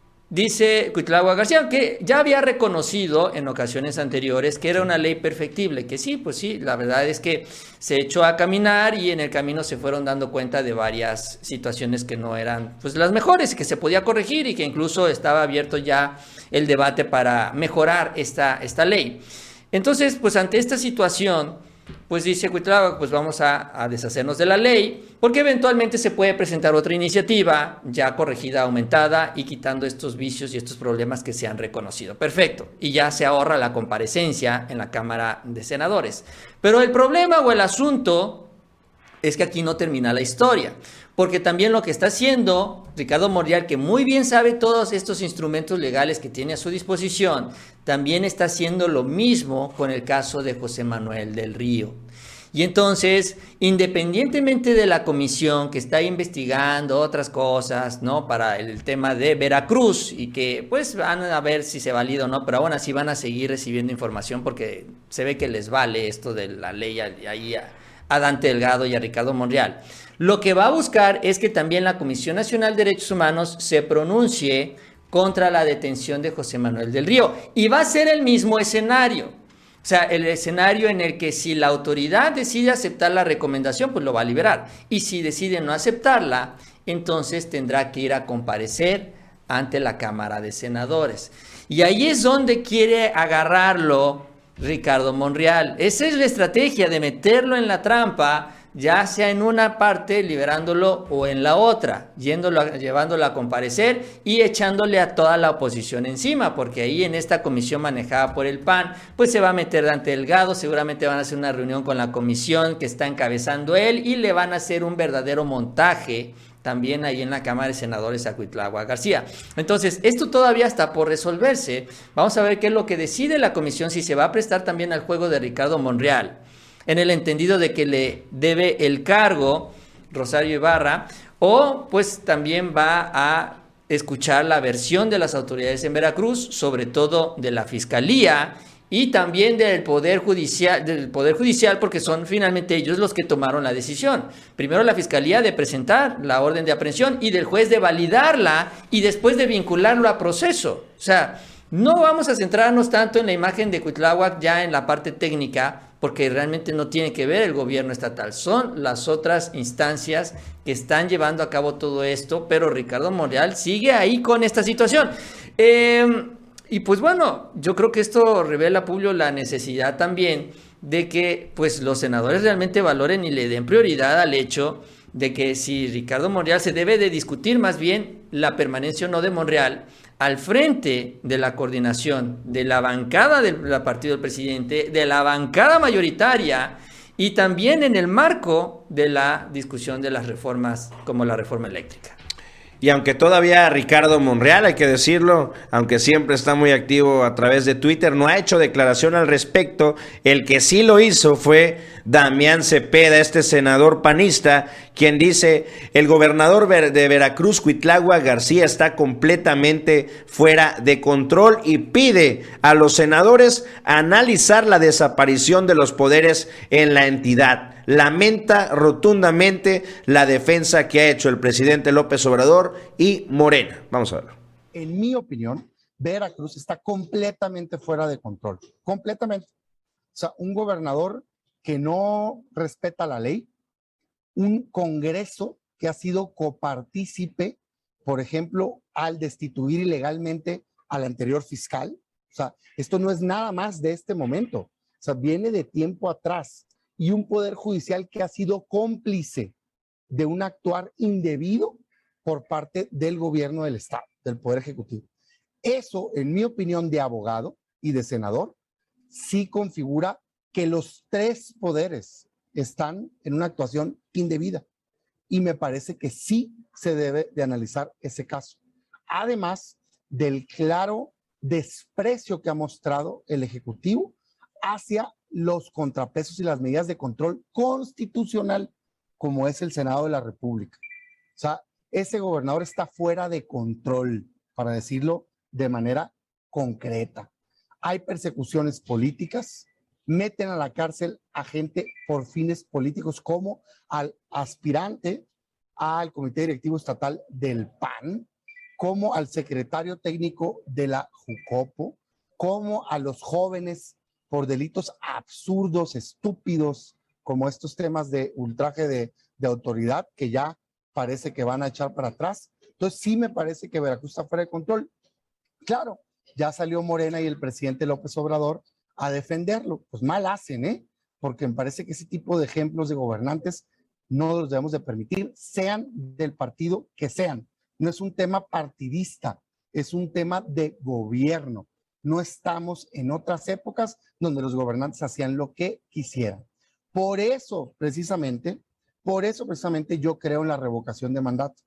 dice Cuitláhuac García, que ya había reconocido en ocasiones anteriores que era una ley perfectible, que sí, pues sí, la verdad es que se echó a caminar y en el camino se fueron dando cuenta de varias situaciones que no eran pues las mejores, que se podía corregir y que incluso estaba abierto ya el debate para mejorar esta ley. Entonces, pues ante esta situación, pues dice Cuitláhuac, pues vamos a deshacernos de la ley, porque eventualmente se puede presentar otra iniciativa ya corregida, aumentada y quitando estos vicios y estos problemas que se han reconocido. Perfecto, y ya se ahorra la comparecencia en la Cámara de Senadores. Pero el problema o el asunto es que aquí no termina la historia, porque también lo que está haciendo Ricardo Monreal, que muy bien sabe todos estos instrumentos legales que tiene a su disposición, también está haciendo lo mismo con el caso de José Manuel del Río. Y entonces, independientemente de la comisión que está investigando otras cosas, ¿no? Para el tema de Veracruz y que pues van a ver si se valida o no, pero aún así van a seguir recibiendo información porque se ve que les vale esto de la ley ahí a Dante Delgado y a Ricardo Monreal. Lo que va a buscar es que también la Comisión Nacional de Derechos Humanos se pronuncie contra la detención de José Manuel del Río. Y va a ser el mismo escenario. O sea, el escenario en el que si la autoridad decide aceptar la recomendación, pues lo va a liberar. Y si decide no aceptarla, entonces tendrá que ir a comparecer ante la Cámara de Senadores. Y ahí es donde quiere agarrarlo Ricardo Monreal. Esa es la estrategia de meterlo en la trampa, ya sea en una parte liberándolo o en la otra, llevándolo a comparecer y echándole a toda la oposición encima, porque ahí en esta comisión manejada por el PAN, pues se va a meter Dante Delgado, seguramente van a hacer una reunión con la comisión que está encabezando él y le van a hacer un verdadero montaje también ahí en la Cámara de Senadores a Cuitláhuac García. Entonces, esto todavía está por resolverse. Vamos a ver qué es lo que decide la comisión, si se va a prestar también al juego de Ricardo Monreal, en el entendido de que le debe el cargo Rosario Ibarra, o pues también va a escuchar la versión de las autoridades en Veracruz, sobre todo de la Fiscalía y también del Poder Judicial, porque son finalmente ellos los que tomaron la decisión. Primero la Fiscalía de presentar la orden de aprehensión y del juez de validarla y después de vincularlo a proceso. O sea, no vamos a centrarnos tanto en la imagen de Cuitláhuac ya en la parte técnica, porque realmente no tiene que ver el gobierno estatal, son las otras instancias que están llevando a cabo todo esto, pero Ricardo Monreal sigue ahí con esta situación. Y pues bueno, yo creo que esto revela, Publio, la necesidad también de que pues los senadores realmente valoren y le den prioridad al hecho de que si Ricardo Monreal se debe de discutir más bien la permanencia o no de Monreal al frente de la coordinación de la bancada del partido del presidente, de la bancada mayoritaria y también en el marco de la discusión de las reformas como la reforma eléctrica. Y aunque todavía Ricardo Monreal, hay que decirlo, aunque siempre está muy activo a través de Twitter, no ha hecho declaración al respecto, el que sí lo hizo fue Damián Cepeda, este senador panista, quien dice: el gobernador de Veracruz, Cuitláhuac García, está completamente fuera de control y pide a los senadores analizar la desaparición de los poderes en la entidad. Lamenta rotundamente la defensa que ha hecho el presidente López Obrador y Morena. Vamos a verlo. En mi opinión, Veracruz está completamente fuera de control. Completamente. O sea, un gobernador que no respeta la ley, un Congreso que ha sido copartícipe, por ejemplo, al destituir ilegalmente al anterior fiscal. O sea, esto no es nada más de este momento. O sea, viene de tiempo atrás. Y un poder judicial que ha sido cómplice de un actuar indebido por parte del gobierno del Estado, del Poder Ejecutivo. Eso, en mi opinión de abogado y de senador, sí configura que los tres poderes están en una actuación indebida. Y me parece que sí se debe de analizar ese caso. Además del claro desprecio que ha mostrado el Ejecutivo hacia los contrapesos y las medidas de control constitucional, como es el Senado de la República. O sea, ese gobernador está fuera de control, para decirlo de manera concreta. Hay persecuciones políticas, meten a la cárcel a gente por fines políticos, como al aspirante al Comité Directivo Estatal del PAN, como al secretario técnico de la Jucopo, como a los jóvenes por delitos absurdos, estúpidos, como estos temas de ultraje de autoridad, que ya parece que van a echar para atrás. Entonces sí me parece que Veracruz está fuera de control. Claro, ya salió Morena y el presidente López Obrador a defenderlo. Pues mal hacen, ¿eh? Porque me parece que ese tipo de ejemplos de gobernantes no los debemos de permitir, sean del partido que sean. No es un tema partidista, es un tema de gobierno. No estamos en otras épocas donde los gobernantes hacían lo que quisieran. Por eso, precisamente, yo creo en la revocación de mandato.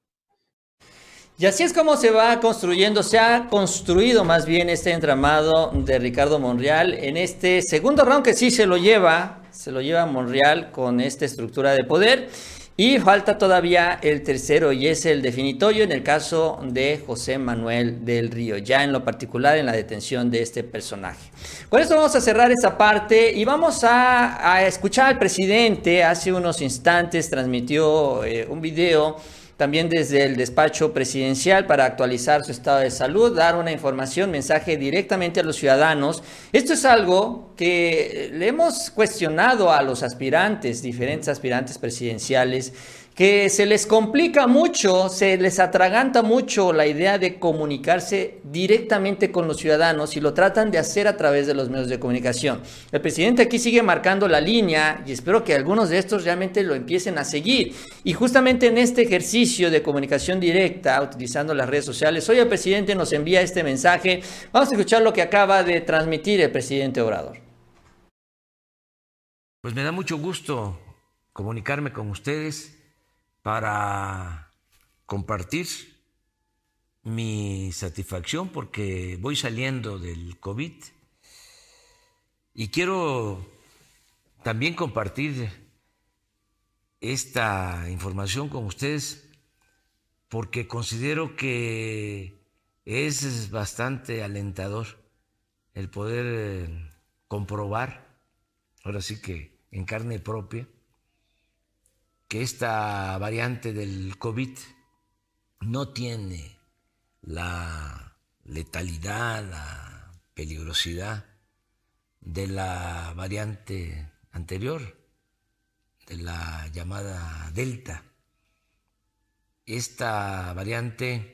Y así es como se va construyendo, se ha construido más bien este entramado de Ricardo Monreal en este segundo round que sí se lo lleva se lo lleva Monreal con esta estructura de poder. Y falta todavía el tercero, y es el definitorio en el caso de José Manuel del Río, ya en lo particular en la detención de este personaje. Con esto vamos a cerrar esta parte y vamos a escuchar al presidente. Hace unos instantes transmitió un video también desde el despacho presidencial para actualizar su estado de salud, dar una información, mensaje directamente a los ciudadanos. Esto es algo que le hemos cuestionado a los aspirantes, diferentes aspirantes presidenciales, que se les complica mucho, se les atraganta mucho la idea de comunicarse directamente con los ciudadanos y lo tratan de hacer a través de los medios de comunicación. El presidente aquí sigue marcando la línea y espero que algunos de estos realmente lo empiecen a seguir. Y justamente en este ejercicio de comunicación directa, utilizando las redes sociales, hoy el presidente nos envía este mensaje. Vamos a escuchar lo que acaba de transmitir el presidente Obrador. Pues me da mucho gusto comunicarme con ustedes para compartir mi satisfacción porque voy saliendo del COVID y quiero también compartir esta información con ustedes porque considero que es bastante alentador el poder comprobar, ahora sí que en carne propia, que esta variante del COVID no tiene la letalidad, la peligrosidad de la variante anterior, de la llamada Delta. Esta variante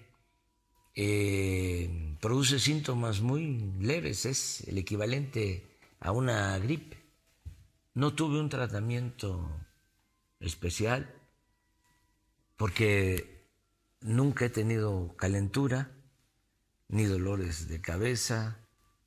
produce síntomas muy leves, es el equivalente a una gripe. No tuve un tratamiento especial porque nunca he tenido calentura, ni dolores de cabeza,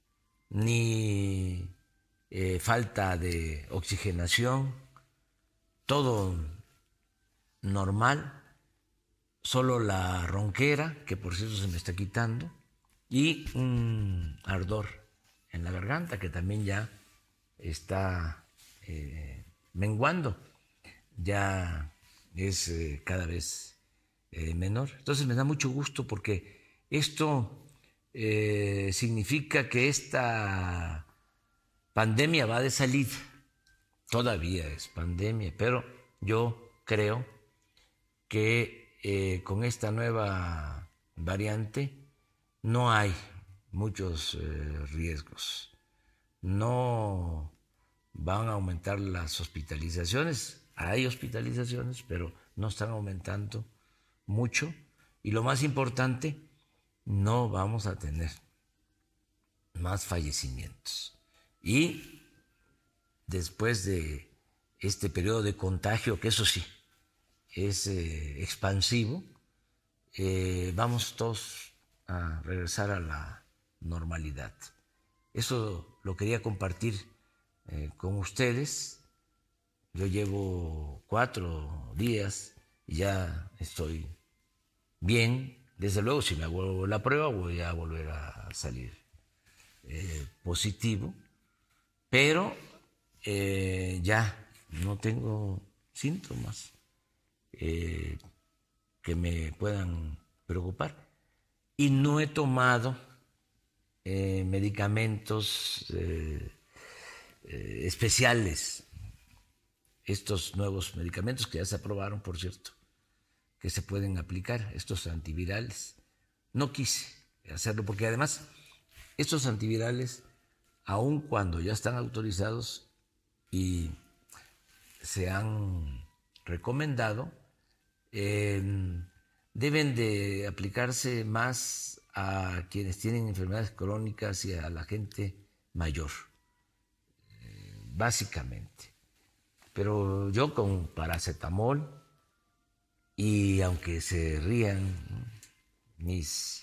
ni falta de oxigenación, todo normal, solo la ronquera, que por cierto se me está quitando, y un ardor en la garganta que también ya está menguando. Ya es cada vez menor. Entonces me da mucho gusto porque esto significa que esta pandemia va de salida. Todavía es pandemia, pero yo creo que con esta nueva variante no hay muchos riesgos. No van a aumentar las hospitalizaciones. Hay hospitalizaciones, pero no están aumentando mucho. Y lo más importante, no vamos a tener más fallecimientos. Y después de este periodo de contagio, que eso sí, es expansivo, vamos todos a regresar a la normalidad. Eso lo quería compartir con ustedes. Yo llevo 4 días y ya estoy bien. Desde luego, si me hago la prueba, voy a volver a salir positivo. Pero ya no tengo síntomas que me puedan preocupar. Y no he tomado medicamentos especiales. Estos nuevos medicamentos que ya se aprobaron, por cierto, que se pueden aplicar, estos antivirales. No quise hacerlo porque además estos antivirales, aun cuando ya están autorizados y se han recomendado, deben de aplicarse más a quienes tienen enfermedades crónicas y a la gente mayor, básicamente. Pero yo con paracetamol, y aunque se rían mis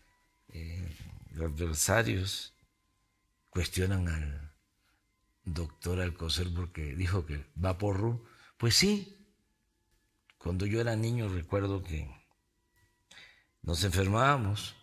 adversarios, cuestionan al doctor Alcocer porque dijo que Vaporru, pues sí, cuando yo era niño recuerdo que nos enfermábamos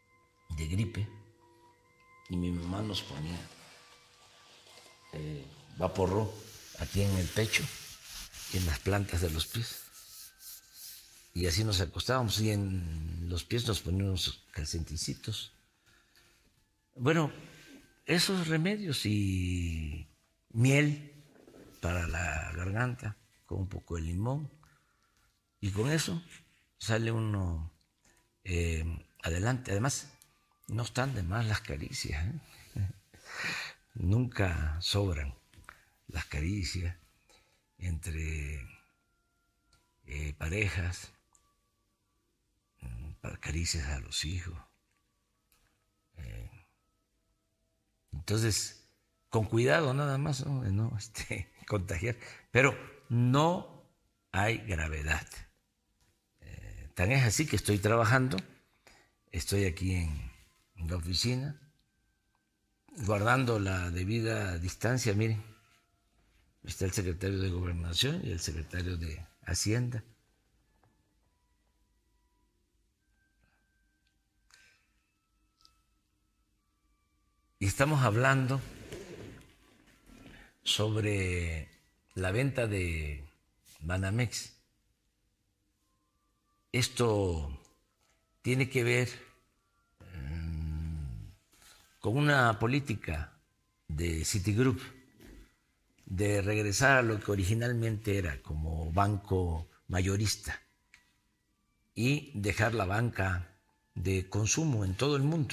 de gripe y mi mamá nos ponía vaporru aquí en el pecho y en las plantas de los pies. Y así nos acostábamos y en los pies nos poníamos calceticitos. Bueno, esos remedios y miel para la garganta con un poco de limón. Y con eso sale uno adelante. Además, no están de más las caricias, ¿eh? Nunca sobran las caricias entre parejas, caricias a los hijos. Entonces, con cuidado nada más, ¿no? De no contagiar, pero no hay gravedad. Tan es así que estoy trabajando, estoy aquí en la oficina, guardando la debida distancia. Miren, está el secretario de Gobernación y el secretario de Hacienda. Y estamos hablando sobre la venta de Banamex. Esto tiene que ver con una política de Citigroup de regresar a lo que originalmente era como banco mayorista y dejar la banca de consumo en todo el mundo.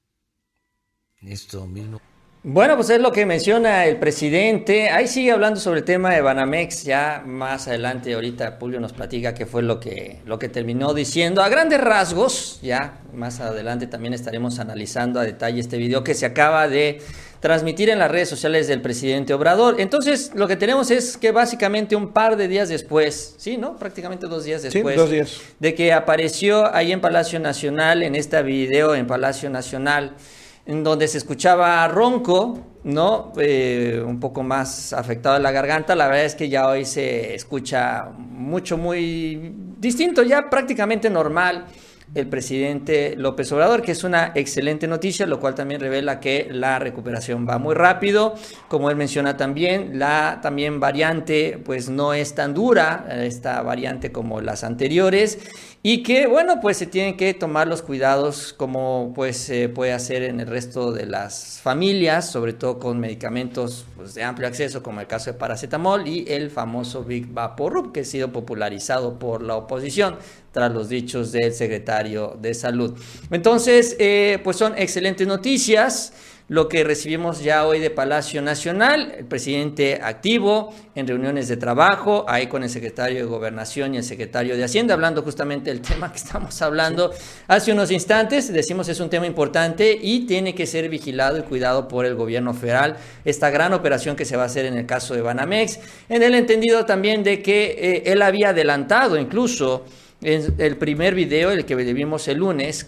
Esto mismo. Bueno, pues es lo que menciona el presidente. Ahí sigue hablando sobre el tema de Banamex. Ya más adelante, ahorita Publio nos platica qué fue lo que terminó diciendo. A grandes rasgos, ya más adelante también estaremos analizando a detalle este video que se acaba de transmitir en las redes sociales del presidente Obrador. Entonces, lo que tenemos es que básicamente un par de días después, sí, ¿no? Prácticamente 2 días después, sí, 2 días, de que apareció ahí en Palacio Nacional, en este video en Palacio Nacional, en donde se escuchaba ronco, ¿no? Un poco más afectado en la garganta. La verdad es que ya hoy se escucha muy distinto, ya prácticamente normal, el presidente López Obrador, que es una excelente noticia, lo cual también revela que la recuperación va muy rápido. Como él menciona también, la variante pues no es tan dura, esta variante como las anteriores, y que bueno, pues se tienen que tomar los cuidados como pues se puede hacer en el resto de las familias, sobre todo con medicamentos pues de amplio acceso, como el caso de paracetamol y el famoso Big Vaporub, que ha sido popularizado por la oposición tras los dichos del secretario de Salud. Entonces, pues son excelentes noticias lo que recibimos ya hoy de Palacio Nacional, el presidente activo en reuniones de trabajo, ahí con el secretario de Gobernación y el secretario de Hacienda, hablando justamente del tema que estamos hablando hace unos instantes. Decimos es un tema importante y tiene que ser vigilado y cuidado por el gobierno federal, esta gran operación que se va a hacer en el caso de Banamex, en el entendido también de que él había adelantado incluso en el primer video, el que vimos el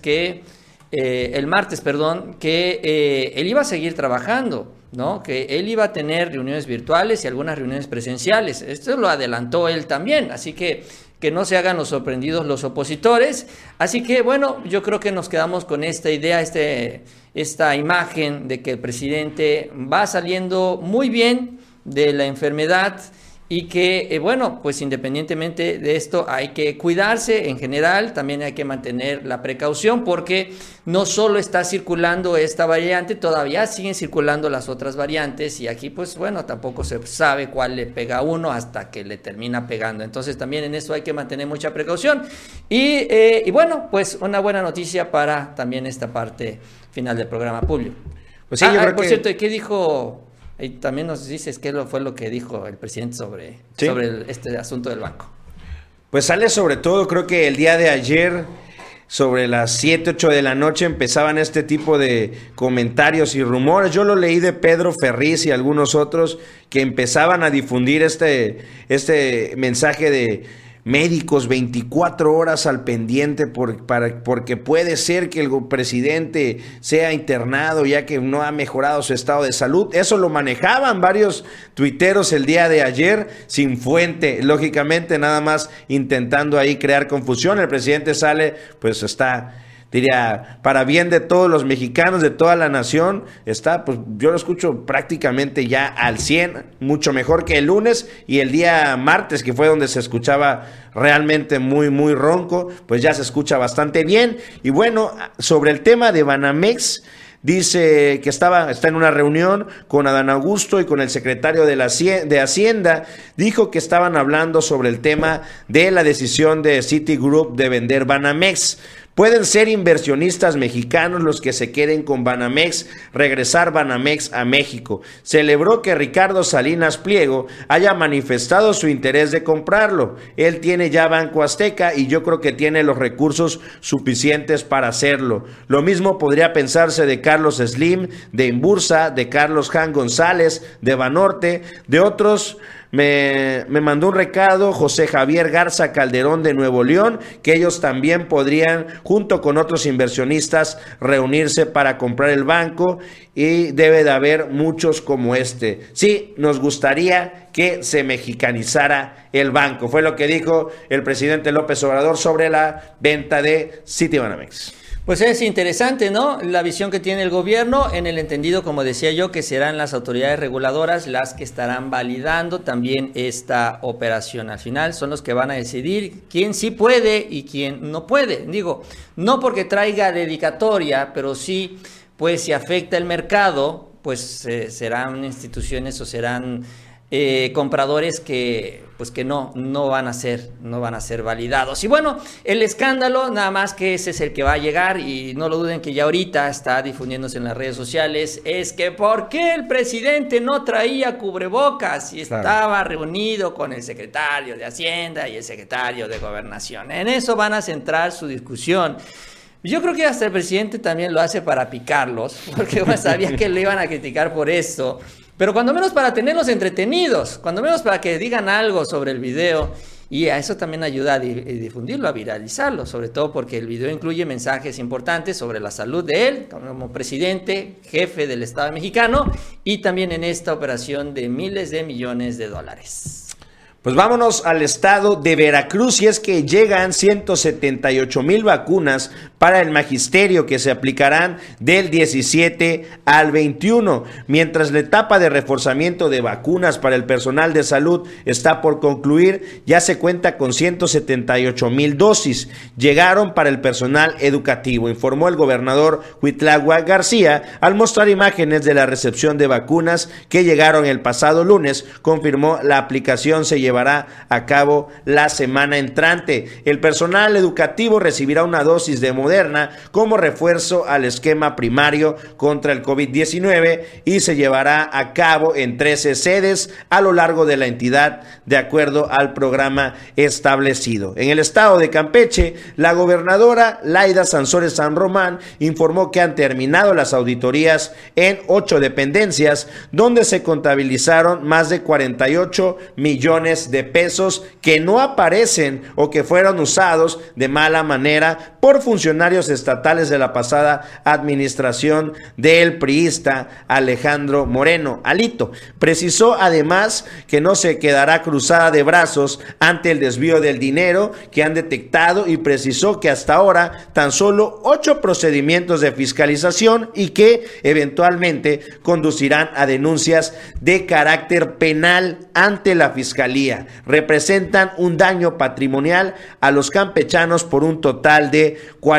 martes, que él iba a seguir trabajando, ¿no? Que él iba a tener reuniones virtuales y algunas reuniones presenciales. Esto lo adelantó él también, así que no se hagan los sorprendidos los opositores. Así que bueno, yo creo que nos quedamos con esta idea, esta imagen de que el presidente va saliendo muy bien de la enfermedad. Y que, bueno, pues independientemente de esto hay que cuidarse en general, también hay que mantener la precaución porque no solo está circulando esta variante, todavía siguen circulando las otras variantes y aquí pues bueno, tampoco se sabe cuál le pega a uno hasta que le termina pegando. Entonces también en eso hay que mantener mucha precaución y bueno, pues una buena noticia para también esta parte final del programa, Publio. Pues sí, yo creo por que... cierto, ¿qué dijo? Y también nos dices qué fue lo que dijo el presidente sobre este asunto del banco. Pues sale sobre todo, creo que el día de ayer, sobre las 7, 8 de la noche, empezaban este tipo de comentarios y rumores. Yo lo leí de Pedro Ferriz y algunos otros que empezaban a difundir este mensaje de médicos 24 horas al pendiente porque puede ser que el presidente sea internado ya que no ha mejorado su estado de salud. Eso lo manejaban varios tuiteros el día de ayer sin fuente, lógicamente nada más intentando ahí crear confusión. El presidente sale, pues está diría, para bien de todos los mexicanos, de toda la nación, está, pues yo lo escucho prácticamente ya al 100, mucho mejor que el lunes y el día martes, que fue donde se escuchaba realmente muy ronco, pues ya se escucha bastante bien. Y bueno, sobre el tema de Banamex, dice que está en una reunión con Adán Augusto y con el secretario de Hacienda. Dijo que estaban hablando sobre el tema de la decisión de Citigroup de vender Banamex. Pueden ser inversionistas mexicanos los que se queden con Banamex, regresar Banamex a México. Celebró que Ricardo Salinas Pliego haya manifestado su interés de comprarlo. Él tiene ya Banco Azteca y yo creo que tiene los recursos suficientes para hacerlo. Lo mismo podría pensarse de Carlos Slim, de Inbursa, de Carlos Jan González, de Banorte, de otros. Me mandó un recado José Javier Garza Calderón de Nuevo León, que ellos también podrían, junto con otros inversionistas, reunirse para comprar el banco, y debe de haber muchos como este. Sí, nos gustaría que se mexicanizara el banco, fue lo que dijo el presidente López Obrador sobre la venta de Citibanamex. Pues es interesante, ¿no? La visión que tiene el gobierno, en el entendido, como decía yo, que serán las autoridades reguladoras las que estarán validando también esta operación. Al final son los que van a decidir quién sí puede y quién no puede. Digo, no porque traiga dedicatoria, pero sí, pues si afecta el mercado, pues serán instituciones o serán compradores que no van a ser validados. Y bueno, el escándalo, nada más que ese es el que va a llegar, y no lo duden que ya ahorita está difundiéndose en las redes sociales, es que ¿por qué el presidente no traía cubrebocas y estaba reunido con el secretario de Hacienda y el secretario de Gobernación? En eso van a centrar su discusión. Yo creo que hasta el presidente también lo hace para picarlos, porque sabía que le iban a criticar por esto. Pero cuando menos para tenerlos entretenidos, cuando menos para que digan algo sobre el video, y a eso también ayuda a difundirlo, a viralizarlo, sobre todo porque el video incluye mensajes importantes sobre la salud de él como presidente, jefe del Estado mexicano, y también en esta operación de miles de millones de dólares. Pues vámonos al estado de Veracruz, y es que llegan 178,000 vacunas para el magisterio que se aplicarán del 17 al 21, mientras la etapa de reforzamiento de vacunas para el personal de salud está por concluir. Ya se cuenta con 178,000 dosis. Llegaron para el personal educativo, informó el gobernador Cuitláhuac García al mostrar imágenes de la recepción de vacunas que llegaron el pasado lunes. Confirmó la aplicación se llevará a cabo la semana entrante. El personal educativo recibirá una dosis de Moderna como refuerzo al esquema primario contra el COVID-19 y se llevará a cabo en 13 sedes a lo largo de la entidad, de acuerdo al programa establecido. En el estado de Campeche, la gobernadora Laida Sansores San Román informó que han terminado las auditorías en 8 dependencias, donde se contabilizaron más de 48 millones de pesos que no aparecen o que fueron usados de mala manera por funcionarios estatales de la pasada administración del priista Alejandro Moreno, Alito. Precisó además que no se quedará cruzada de brazos ante el desvío del dinero que han detectado, y precisó que hasta ahora tan solo 8 procedimientos de fiscalización y que eventualmente conducirán a denuncias de carácter penal ante la fiscalía. Representan un daño patrimonial a los campechanos por un total de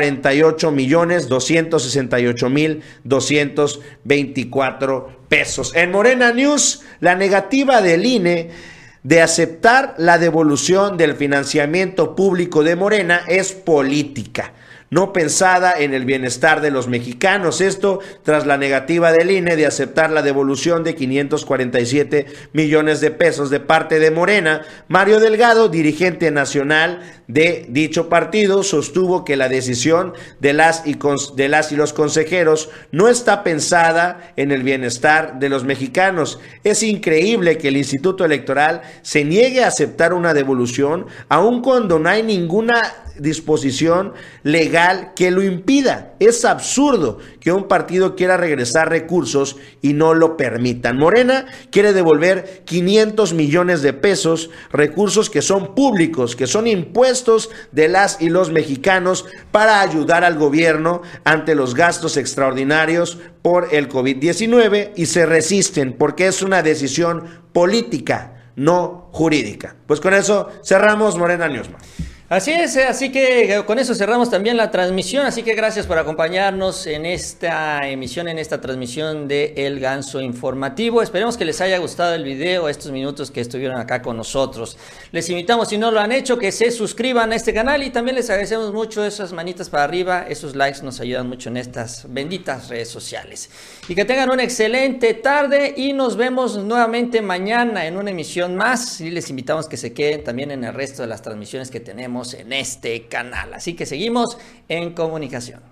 48,268,224 pesos. En Morena News, la negativa del INE de aceptar la devolución del financiamiento público de Morena es política, no pensada en el bienestar de los mexicanos. Esto tras la negativa del INE de aceptar la devolución de 547 millones de pesos de parte de Morena. Mario Delgado, dirigente nacional de dicho partido, sostuvo que la decisión de las y los consejeros no está pensada en el bienestar de los mexicanos. Es increíble que el Instituto Electoral se niegue a aceptar una devolución, aun cuando no hay ninguna disposición legal legal que lo impida. Es absurdo que un partido quiera regresar recursos y no lo permitan. Morena quiere devolver 500 millones de pesos, recursos que son públicos, que son impuestos de las y los mexicanos, para ayudar al gobierno ante los gastos extraordinarios por el COVID-19, y se resisten porque es una decisión política, no jurídica. Pues con eso cerramos Morena Newsman. Así es, así que con eso cerramos también la transmisión, así que gracias por acompañarnos en esta emisión, en esta transmisión de El Ganso Informativo. Esperemos que les haya gustado el video, estos minutos que estuvieron acá con nosotros. Les invitamos, si no lo han hecho, que se suscriban a este canal, y también les agradecemos mucho esas manitas para arriba, esos likes nos ayudan mucho en estas benditas redes sociales. Y que tengan una excelente tarde y nos vemos nuevamente mañana en una emisión más, y les invitamos que se queden también en el resto de las transmisiones que tenemos en este canal. Así que seguimos en comunicación.